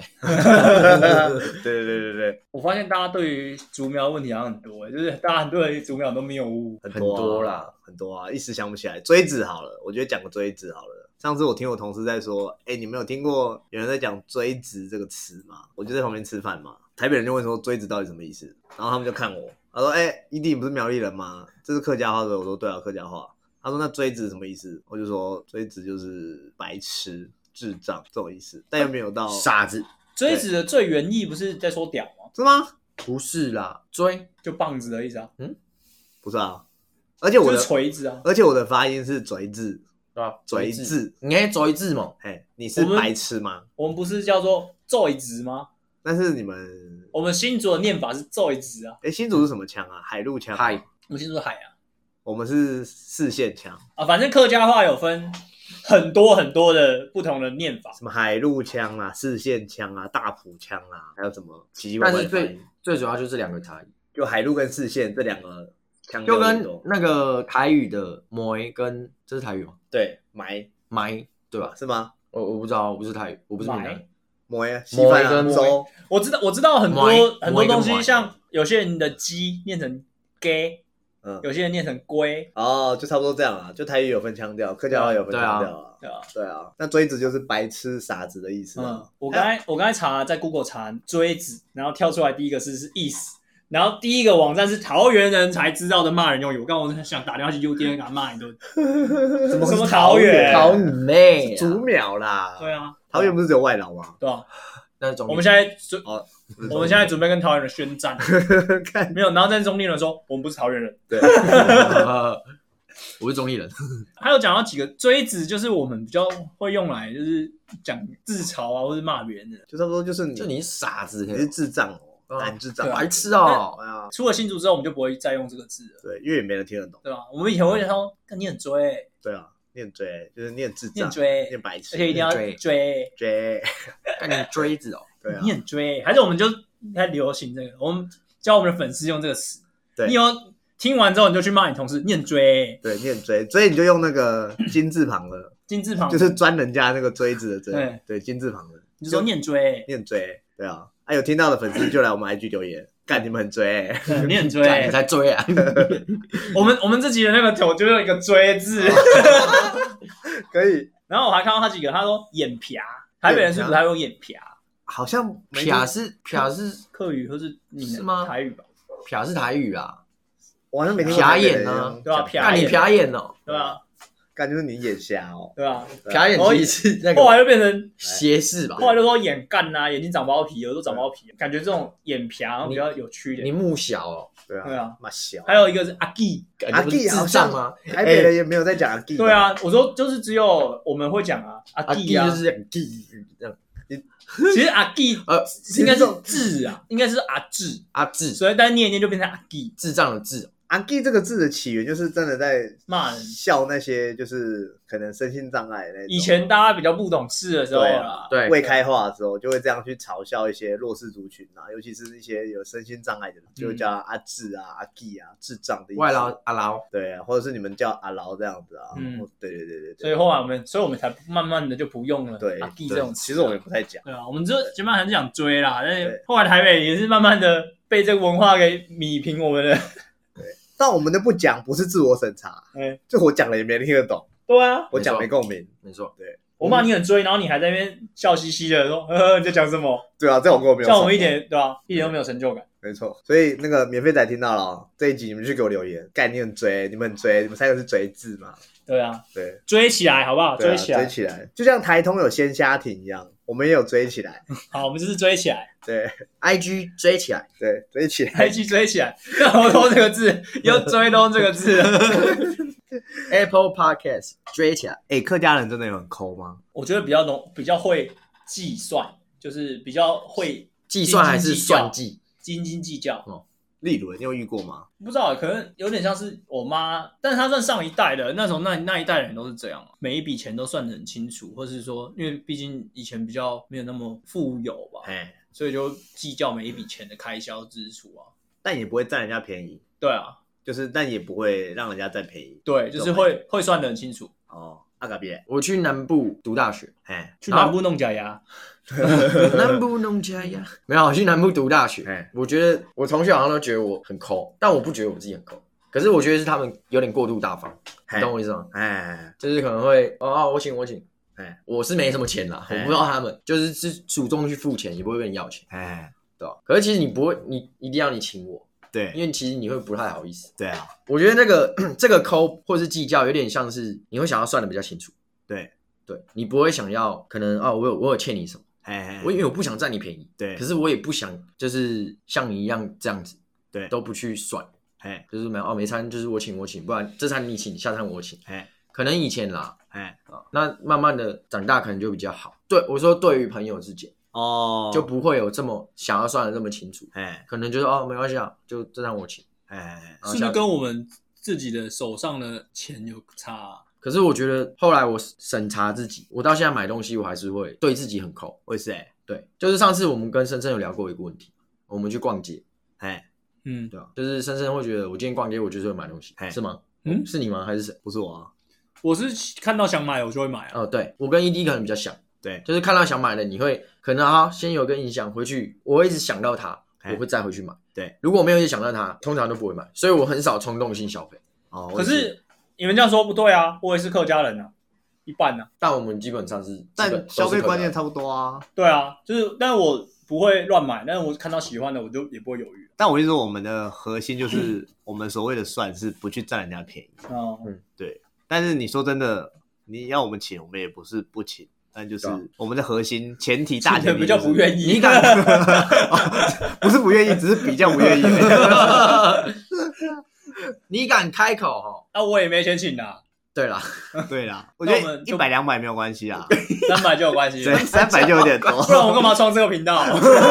对， 我发现大家对于竹苗的问题好像很多，就是大家对于竹苗都没有误。 很多啦啦，很多啊，一时想不起来。锥子好了，我觉得讲个锥子好了。上次我听我同事在说，你们有听过有人在讲锥子这个词吗？我就在旁边吃饭嘛，台北人就问说锥子到底什么意思，然后他们就看我，他说ED 你不是苗栗人吗？这是客家话的，我说对啊，客家话。他说那锥子什么意思？我就说锥子就是白痴、智障这种意思，但又没有到傻子？ 锥子的最原意不是在说屌吗？ 是吗？ 不是啦，追就棒子的意思啊， 不是啊，而且我的就是锤子啊。 而且我的发音是锥字， 对吧？ 锥字， 你可以追字嘛？ 你是白痴吗？ 我们不是叫做坠子吗？ 但是你们我们新竹的念法是坠子啊， 新竹是什么腔啊？海陆腔？ 海我们新竹是海啊。 我们是四线腔， 啊，反正客家话有分很多很多的不同的念法。 什么海陆腔啊、四线腔啊、大埔腔啊，还有什么奇奇怪但是怪的发音？ 最主要就是这两个差异， 就海陆跟四线这两个腔就跟调很多那个台语的摩跟这是台语吗？ 对埋埋对吧？ 是吗？ 我不知道，我不是台语，我不是闽南埋人。 摩西饭啊跟粥我知道很多埋很多东西， 埋跟埋像有些人的鸡念成 gay，有些人念成龟， 哦，就差不多这样啊。就台语有分腔调，客家话有分腔调啊。 对啊。 对啊，那锥子就是白痴、傻子的意思啊。 我刚才查在 Google 查锥子，然后跳出来第一个是意思，然后第一个网站是桃园人才知道的骂人用语。我刚刚想打电话去 UDN 给他骂一顿，什么桃园？ 桃你妹啊！ 竹苗啦。 对啊， 桃园不是只有外劳吗？ 对啊。 那种我们现在哦， 我们现在准备跟桃园人宣战， 看没有，然后在中立人说我们不是桃园人。 对， 我是中立人， 还有讲到几个锥子，就是我们比较会用来就是讲自嘲啊，或是骂别人的。 就差不多就是你， 就你是傻子， 你是智障哦，男智障， 白痴哦。 对啊， 出了新竹之后，我们就不会再用这个字了， 对，因为也没人听得懂。 对吧？我们以前会说，看你很追， 对啊，念追就是念智障， 念追念白痴， 而且一定要追追， 追， 看你锥子哦。 对啊你，很追，还是我们就开始流行这个，我们教我们的粉丝用这个词。 对你有听完之后，你就去骂你同事，你很追， 对，念追，所以你就用那个金字旁的， 金字旁就是钻人家那个锥子的锥对， 对，金字旁的， 你就说念追， 念追，对啊，有听到的粉丝就来我们 IG 留言，干你们很追， 你很追干你。才追啊！ 我们自己的那个头就有一个追字， 可以， 然后我还看到他几个，他说眼皮，台北人是不太用眼皮， 好像没撇是客语或是你是吗台语吧？ 撇是台语啊， 我好像没听过瞟台北人眼啊用对啊讲瞟看你撇眼哦， 对吧？ 干就是你眼瞎哦， 对吧？ 撇眼其实是那后个来就变成， 斜视吧？ 后来就说眼干啊，眼睛长包皮，耳朵长包皮，感觉这种眼皮然后比较有趣一点。 你目小哦， 对啊， 对啊， 妈小， 还有一个是阿基， 阿 G 好智像障吗？ 台北人也没有在讲阿 G， 对，啊，我说就是只有我们会讲啊，阿啊， 基啊， 地就是这样其实阿基应该是智啊，应该是阿智， 啊智所以但是念一念就变成阿基， 智障的智， 阿 G 这个字的起源就是真的在骂人。 笑那些就是可能身心障碍的那种， 以前大家比较不懂事的时候对啦啊， 对未开化的时候，就会这样去嘲笑一些弱势族群啊，尤其是一些有身心障碍的人，就会叫阿智啊、阿 G 啊、智障的意思外劳阿劳， 对啊，或者是你们叫阿劳这样子啊，对， 所以后来我们才慢慢的就不用了对阿基这种词。 其实我们也不太讲， 对啊，我们这基本上还是讲追啦，但是对后来台北也是慢慢的被这个文化给弭平我们的。 但我们的不讲不是自我审查， 哎， 就我讲了也没人听得懂， 对啊， 我讲没共鸣， 没错， 我骂你很追，然后你还在那边笑嘻嘻的说，呵呵，你在讲什么？ 对啊，这种跟我没有。 像我们一点对吧？一点都没有成就感。 没错，所以那个免费仔听到了哦，这一集你们去给我留言，干你很追，你们很追，你们三个是追字嘛？ 对啊， 对， 追起来好不好？追起来， 追起来，就像台通有鲜虾艇一样，我们也有追起来。 好，我们就是追起来。 对 ，IG 追起来， 对，追起来 ，IG 追起来，我都这个字，又追都这个字。 Apple Podcast 追起来。 客家人真的有很抠吗？ 我觉得比较会计算，就是比较会计算还是算计？ 斤斤计较。 哦， 例如你有遇过吗？ 不知道，可能有点像是我妈，但是她算上一代的，那时候那一代人都是这样，每一笔钱都算得很清楚，或是说，因为毕竟以前比较没有那么富有吧，所以就计较每一笔钱的开销支出啊。 但也不会占人家便宜。 对啊， 但也不会让人家占便宜。 对，就是会算得很清楚。 哦，阿嘎比， 我去南部读大学， 去南部弄假牙。 南部弄假牙，没有，我去南部读大学。我觉得我同学好像都觉得我很抠，但我不觉得我自己很抠。可是我觉得是他们有点过度大方，你懂我意思吗？就是可能会我请，我是没什么钱啦，我不知道他们就是主动去付钱，也不会跟你要钱，对吧？可是其实你不会，你一定要你请我， 对， 因为其实你会不太好意思。 对啊， 我觉得这个抠或是计较，有点像是你会想要算的比较清楚， 对， 你不会想要可能我有欠你什么。因为我不想占你便宜， 对， 可是我也不想就是像你一样这样子， 对， 都不去算，就是每餐就是我请，不然这餐你请，下餐我请，可能以前啦，那慢慢的长大可能就比较好。对，我说对于朋友之间，就不会有这么想要算的这么清楚，可能就是没关系啊，就这餐我请， 是不是跟我们自己的手上的钱有差啊？ 可是我觉得后来我审查自己，我到现在买东西我还是会对自己很抠。 我也是对，就是上次我们跟深深有聊过一个问题，我们去逛街，对吧？就是深深会觉得我今天逛街我就是会买东西，是吗？是你吗？还是谁？ 不是我啊， 我是看到想买我就会买啊。 对，我跟 ED 可能比较像， 对， 就是看到想买的你会可能先有个印象，回去我会一直想到它，我会再回去买。 对， 如果我没有一直想到它，通常都不会买，所以我很少冲动性消费。 可是你们这样说不对啊，我也是客家人啊，一半啊。 但我们基本上是， 但消费观念差不多啊。 对啊，但是我不会乱买，但是我看到喜欢的我就也不会犹豫。 但我就说我们的核心就是我们所谓的算是不去占人家便宜。对。但是你说真的，你要我们请，我们也不是不请，但就是我们的核心前提大前提、就是、 比较不愿意。 你敢不是不愿意，只是比较不愿意。 你敢开口我也没钱请啦。 对啦， 我觉得100、200没有关系啦 ，300就有关系 ，300就有点多， 不然我干嘛创这个频道？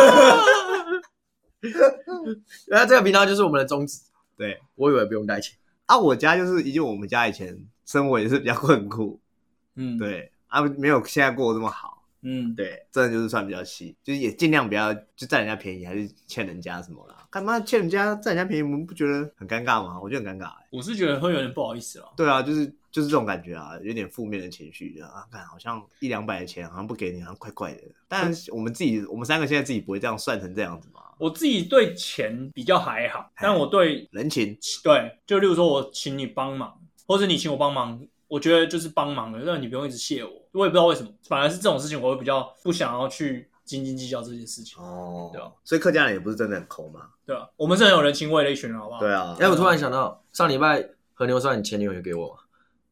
原来这个频道就是我们的宗旨。 对， 我以为不用带钱我家就是以前我们家以前生活也是比较困苦，对没有现在过得这么好。对，真的就是算比较细，就是也尽量不要就占人家便宜，还是欠人家什么啦。干嘛欠人家占人家便宜，我们不觉得很尴尬吗？我觉得很尴尬我是觉得会有点不好意思啦。 对啊，就是这种感觉啊，有点负面的情绪看好像100-200的钱好像不给你，好像怪怪的。但我们三个现在自己不会这样算成这样子嘛。 我自己对钱比较还好，但我对人情， 对，就例如说我请你帮忙，或者你请我帮忙，我觉得就是帮忙了，但你不用一直谢我。我也不知道为什么，反而是这种事情我会比较不想要去斤斤计较这件事情。 对吧？所以客家人也不是真的很抠嘛。 对啊，我们是很有人情味的一群人，好不好？ 对啊。 我突然想到，上礼拜和牛涮你前女友也给我吗？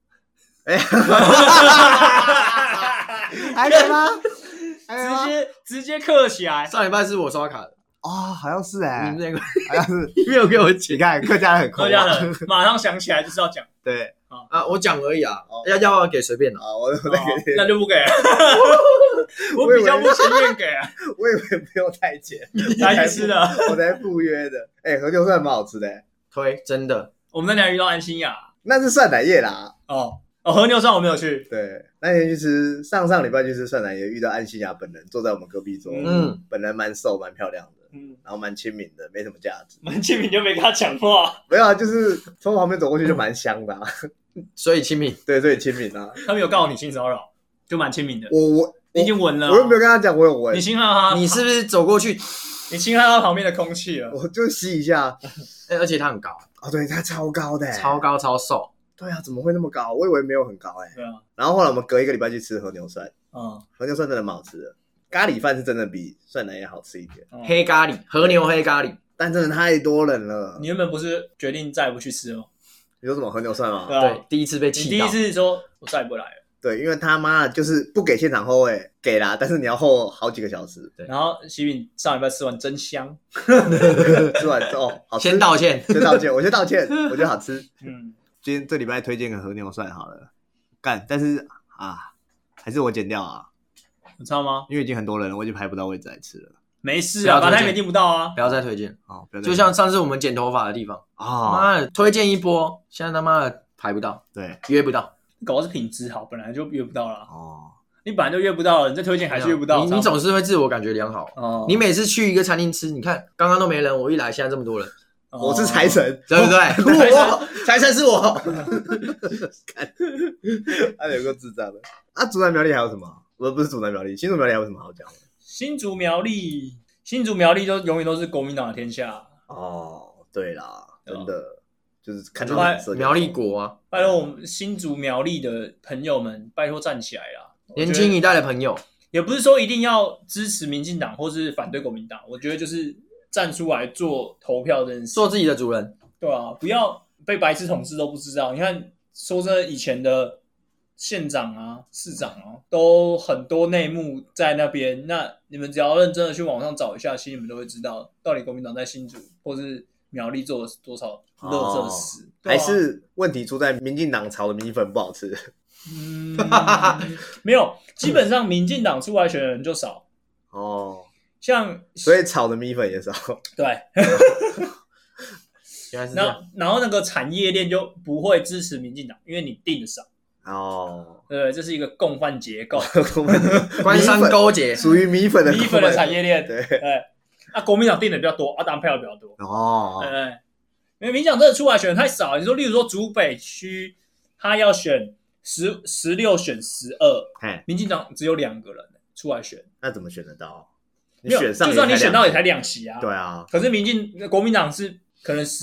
还有吗？ 直接刻起来。 上礼拜是我刷卡的。 好像是你们那个好像是你没有给我钱。 你看客家人很抠， 客家人马上想起来就是要讲。 对我讲而已啊，要不要给随便的我再给那就不给了。我比较不情愿给啊。 我以为不用带钱， 才去吃的， 我才赴约的。和牛涮蛮好吃的， 推真的。 我们那天遇到安心雅， 那是涮奶叶啦。 和牛涮我没有去。 对，那天去吃，上礼拜去吃涮奶叶，遇到安心雅本人坐在我们隔壁桌，本人蛮瘦蛮漂亮的。然后蛮亲民的，没什么价值。 蛮亲民就没跟他讲话。 没有就是从旁边走过去就蛮香的所以亲民。 对，所以亲民啊。 他们有告你性骚扰，就蛮亲民的。 你已经闻了。 我又没有跟他讲，我有闻。 你亲他， 你是不是走过去？ 你亲他旁边的空气了。 我就吸一下。 而且他很高。 对，他超高的， 超高超瘦。 对啊，怎么会那么高？我以为没有很高对啊， 然后后来我们隔一个礼拜去吃和牛涮， 嗯， 和牛涮真的蛮好吃的，咖喱饭是真的比涮奶也好吃一点， 黑咖喱，和牛黑咖喱， 但真的太多人了。 你原本不是决定再也不去吃了？ 你说什么和牛涮吗？ 对啊， 对，第一次被你第气到。 一次说我再也不来了， 对，因为他妈的就是不给现场后位，给啦，但是你要候好几个小时。 然后喜饼上礼拜吃完真香， 吃完之后好吃， 先道歉， 先道歉，我先道歉，我觉得好吃。 嗯， 今天这礼拜推荐个和牛涮好了，干，但是还是我剪掉啊， 你知道吗？ 因为已经很多人了，我已经排不到位置来吃了。 没事啊，反正也订不到啊。 不要再推荐。 哦，不要再就像上次我们剪头发的地方，妈的，推荐一波，现在他妈的排不到， 对， 约不到。 搞的是品质好，本来就约不到了。 哦， 你本来就约不到了，你再推荐还是约不到。 你总是会自我感觉良好。 哦， 你每次去一个餐厅吃，你看刚刚都没人，我一来现在这么多人， 我是财神， 对不对？我财神是我。 他有个智障的啊！竹南苗栗还有什么？不是竹南苗栗，新竹苗栗还有什么好讲的？ 新竹苗栗就永远都是国民党的天下。 哦，对啦，真的就是看就到色苗栗国啊， 拜托我们新竹苗栗的朋友们，拜托站起来啦！ 年轻一代的朋友， 也不是说一定要支持民进党或是反对国民党，我觉得就是站出来做投票这件事， 做自己的主人。 对啊，不要被白痴统治都不知道。你看，说真的，以前的县长啊、市长啊，都很多内幕在那边。那你们只要认真的去网上找一下，其实你们都会知道，到底国民党在新竹或是苗栗做了多少垃圾事， 还是问题出在民进党炒的米粉不好吃。 没有，基本上民进党出来选的人就少哦， 像所以炒的米粉也少。 对， 原来是这样。 然后那个产业链就不会支持民进党，因为你订的少。 哦， 对，这是一个共犯结构， 官商勾结， 属于米粉的产业链。 对， 国民党订的比较多，当票比较多。 哦， 因为民进党真的出来选的太少。你说，例如说竹北区，他要选16选12，民进党只有2个人出来选， 那怎么选得到？ 你选上，就算你选到也才2席啊。 对啊， 可是国民党是可能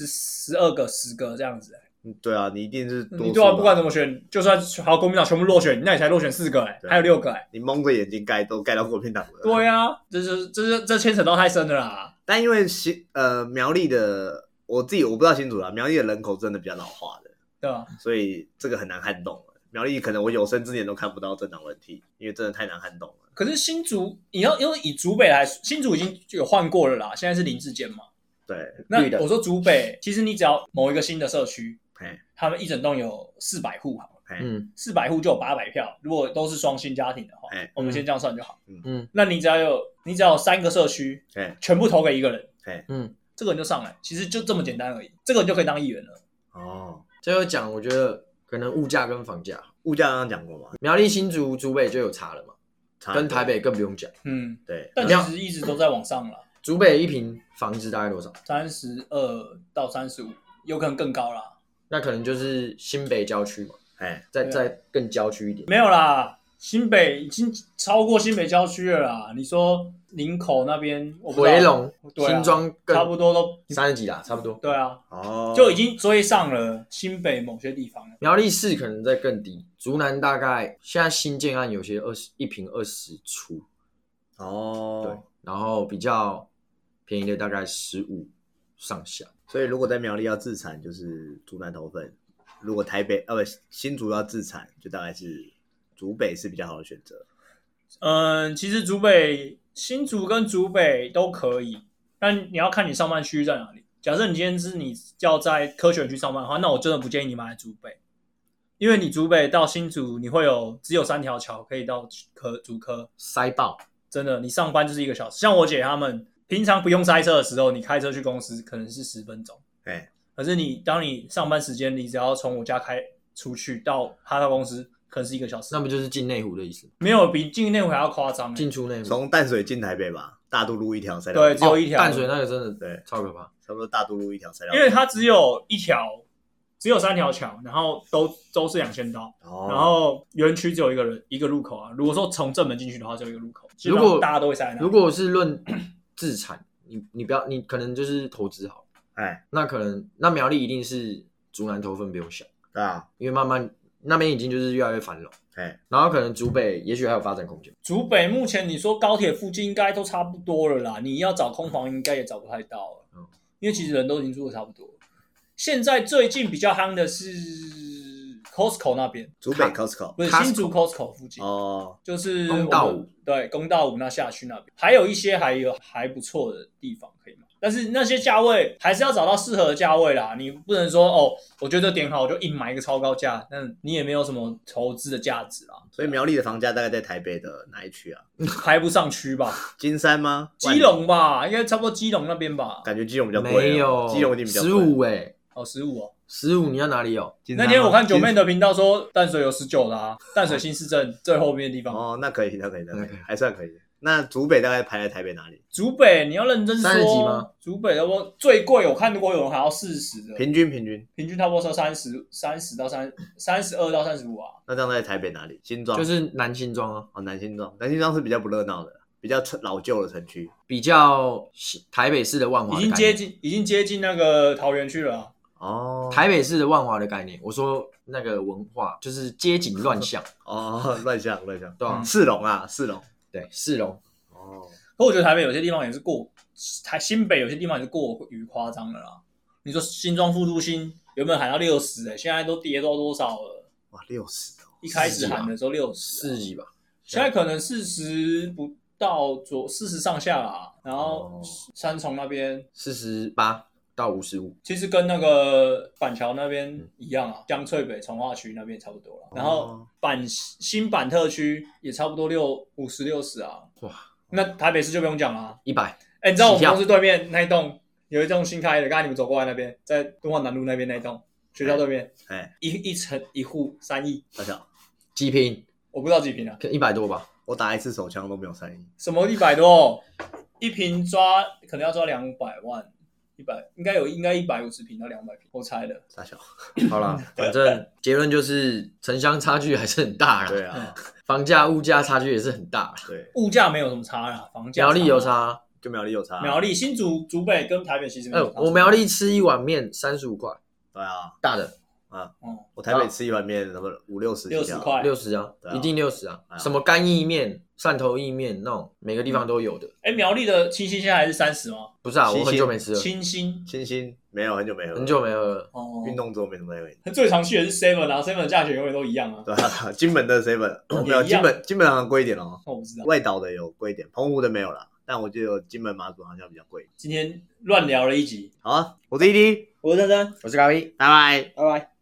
12个、10个这样子。 对啊，你一定是多数。 你对啊，不管怎么选，就算好国民党全部落选，那也才落选4个还有6个你蒙着眼睛都盖到国民党了。 对啊，这牵扯到太深了啦。 但因为苗栗的我不知道新竹啦，苗栗的人口真的比较老化的， 对啊， 所以这个很难撼动了。苗栗可能我有生之年都看不到政党问题，因为真的太难撼动了。 可是新竹，因为以竹北来说，新竹已经有换过了啦，现在是林志坚嘛。 对， 那我说竹北，其实你只要某一个新的社区，他们一整栋有400户好了，400户就有800票。如果都是双薪家庭的话，我们先这样算就好。那你只要有3个社区，全部投给一个人，这个人就上来，其实就这么简单而已，这个人就可以当议员了。 哦，最后讲，我觉得可能物价跟房价， 物价刚刚讲过嘛， 苗栗、新竹、竹北就有差了嘛，跟台北更不用讲。 对， 但其实一直都在往上了。 竹北一坪房子大概多少 ？32到35，有可能更高啦。 那可能就是新北郊区嘛，再更郊区一点。 没有啦，新北已经超过新北郊区了啦。你说林口那边， 回龙、新庄差不多都 30几啦，差不多。 对啊，就已经追上了新北某些地方了。 苗栗市可能再更低，竹南大概现在新建案有些一坪20出。对，然后比较便宜的大概15上下。 所以如果在苗栗要自产，就是竹南投份；如果新竹要自产，就大概是竹北是比较好的选择。 其实新竹跟竹北都可以，但你要看你上班区域在哪里。假设你今天是你要在科学园区上班的话，那我真的不建议你买竹北，因为你竹北到新竹你会只有3条桥可以到竹科， 塞爆。 真的，你上班就是1个小时。像我姐他们平常不用塞车的时候，你开车去公司可能是10分钟。可是当你上班时间，你只要从我家开出去到他的公司，可能是1个小时。 那不就是进内湖的意思？ 没有比进内湖还要夸张。 进出内湖， 从淡水进台北吧，大渡路一条塞到。 对，只有1条。 淡水那个真的对超可怕， 差不多大渡路一条塞到。 因为它只有3条桥，然后都是2000刀，然后园区只有一个路口啊。如果说从正门进去的话，只有1个路口。 如果大家都会塞在那。 如果是论自产，你不要，你可能就是投资好，那可能苗栗一定是竹南投份不用想， 对啊， 因为慢慢那边已经就是越来越繁荣，然后可能竹北也许还有发展空间。 竹北目前你说高铁附近应该都差不多了啦，你要找空房应该也找不太到了，因为其实人都已经住的差不多了。现在最近比较夯的是 Costco 那边， 竹北 Costco 不是新竹 Costco 附近哦， 就是公道五， 对，公道五那下去那边，还有一些还不错的地方可以买，但是那些价位还是要找到适合的价位啦，你不能说哦，我觉得这点好我就硬买一个超高价，但你也没有什么投资的价值啦。 所以苗栗的房价大概在台北的哪一区啊？ 排不上区吧？ 金山吗？ 基隆吧，应该差不多基隆那边吧。 感觉基隆比较贵， 没有， 基隆一定比较贵。 15哎， 哦15哦 ，15你要哪里有？ 那天我看九妹的频道说淡水有19的啊，淡水新市镇最后面的地方。 哦，那可以，还算可以。那竹北大概排在台北哪里？ 竹北你要认真说 30几吗？ 竹北差不多最贵，我看如果有人还要40的， 平均差不多是30到32到35啊。 那这样在台北哪里？新庄就是南新庄啊。 哦，南新庄是比较不热闹的，比较老旧的城区， 比较台北市的万华的概念， 已经接近那个桃园去了啊。 哦， 台北市的万华的概念，我说那个文化就是街景乱象哦，乱象， 对吧？ 四龙， 对，四龙。 哦， 可我觉得台北有些地方也是新北有些地方也是过于夸张了啦。你说新庄副都心原本喊到60现在都跌到多少了？ 哇，60哦！ 一开始喊的时候60， 40几吧， 现在可能40不到40上下啦。然后三重那边 48到55， 其实跟那个板桥那边一样啊，江翠北从化区那边差不多了。然后新板特区也差不多50-60啊。哇，那台北市就不用讲了啊 100。 你知道我们公司对面那一栋有一栋新开的，刚才你们走过来那边，在敦化南路那边那一栋学校对面，一层一户3亿， 大小几坪？ 我不知道几坪啊 ，100多吧。 我打一次手枪都没有3亿， 什么100多？一坪可能要抓200万。应该150坪到200坪，我猜的。 大小好啦，反正结论就是城乡差距还是很大啦。 对啊， 房价物价差距也是很大啦。 对， 物价没有什么差啦，房价苗栗有差， 就苗栗有差。 苗栗、新竹、竹北跟台北其实没有差。 我苗栗吃一碗面35块， 对啊， 大的我台北吃一碗面什么50-60 块 ，60啊，一定60啊。什么干意面、汕头意面那种，每个地方都有的。 苗栗的清新现在还是30吗？ 不是啊，我很久没吃了。 清新没有，很久没喝， 很久没喝了。 运动之后没什么在喝。 最常去的是 Seven 啊 ，Seven 的价钱永远都一样啊。 对啊，金门的 Seven 没有，金门好像贵一点哦。 我不知道， 外岛的有贵一点，澎湖的没有啦。但我记得金门马祖好像比较贵。 今天乱聊了一集， 好啊，我是ED， 我是珊珊， 我是咖啡， 拜拜。 拜拜。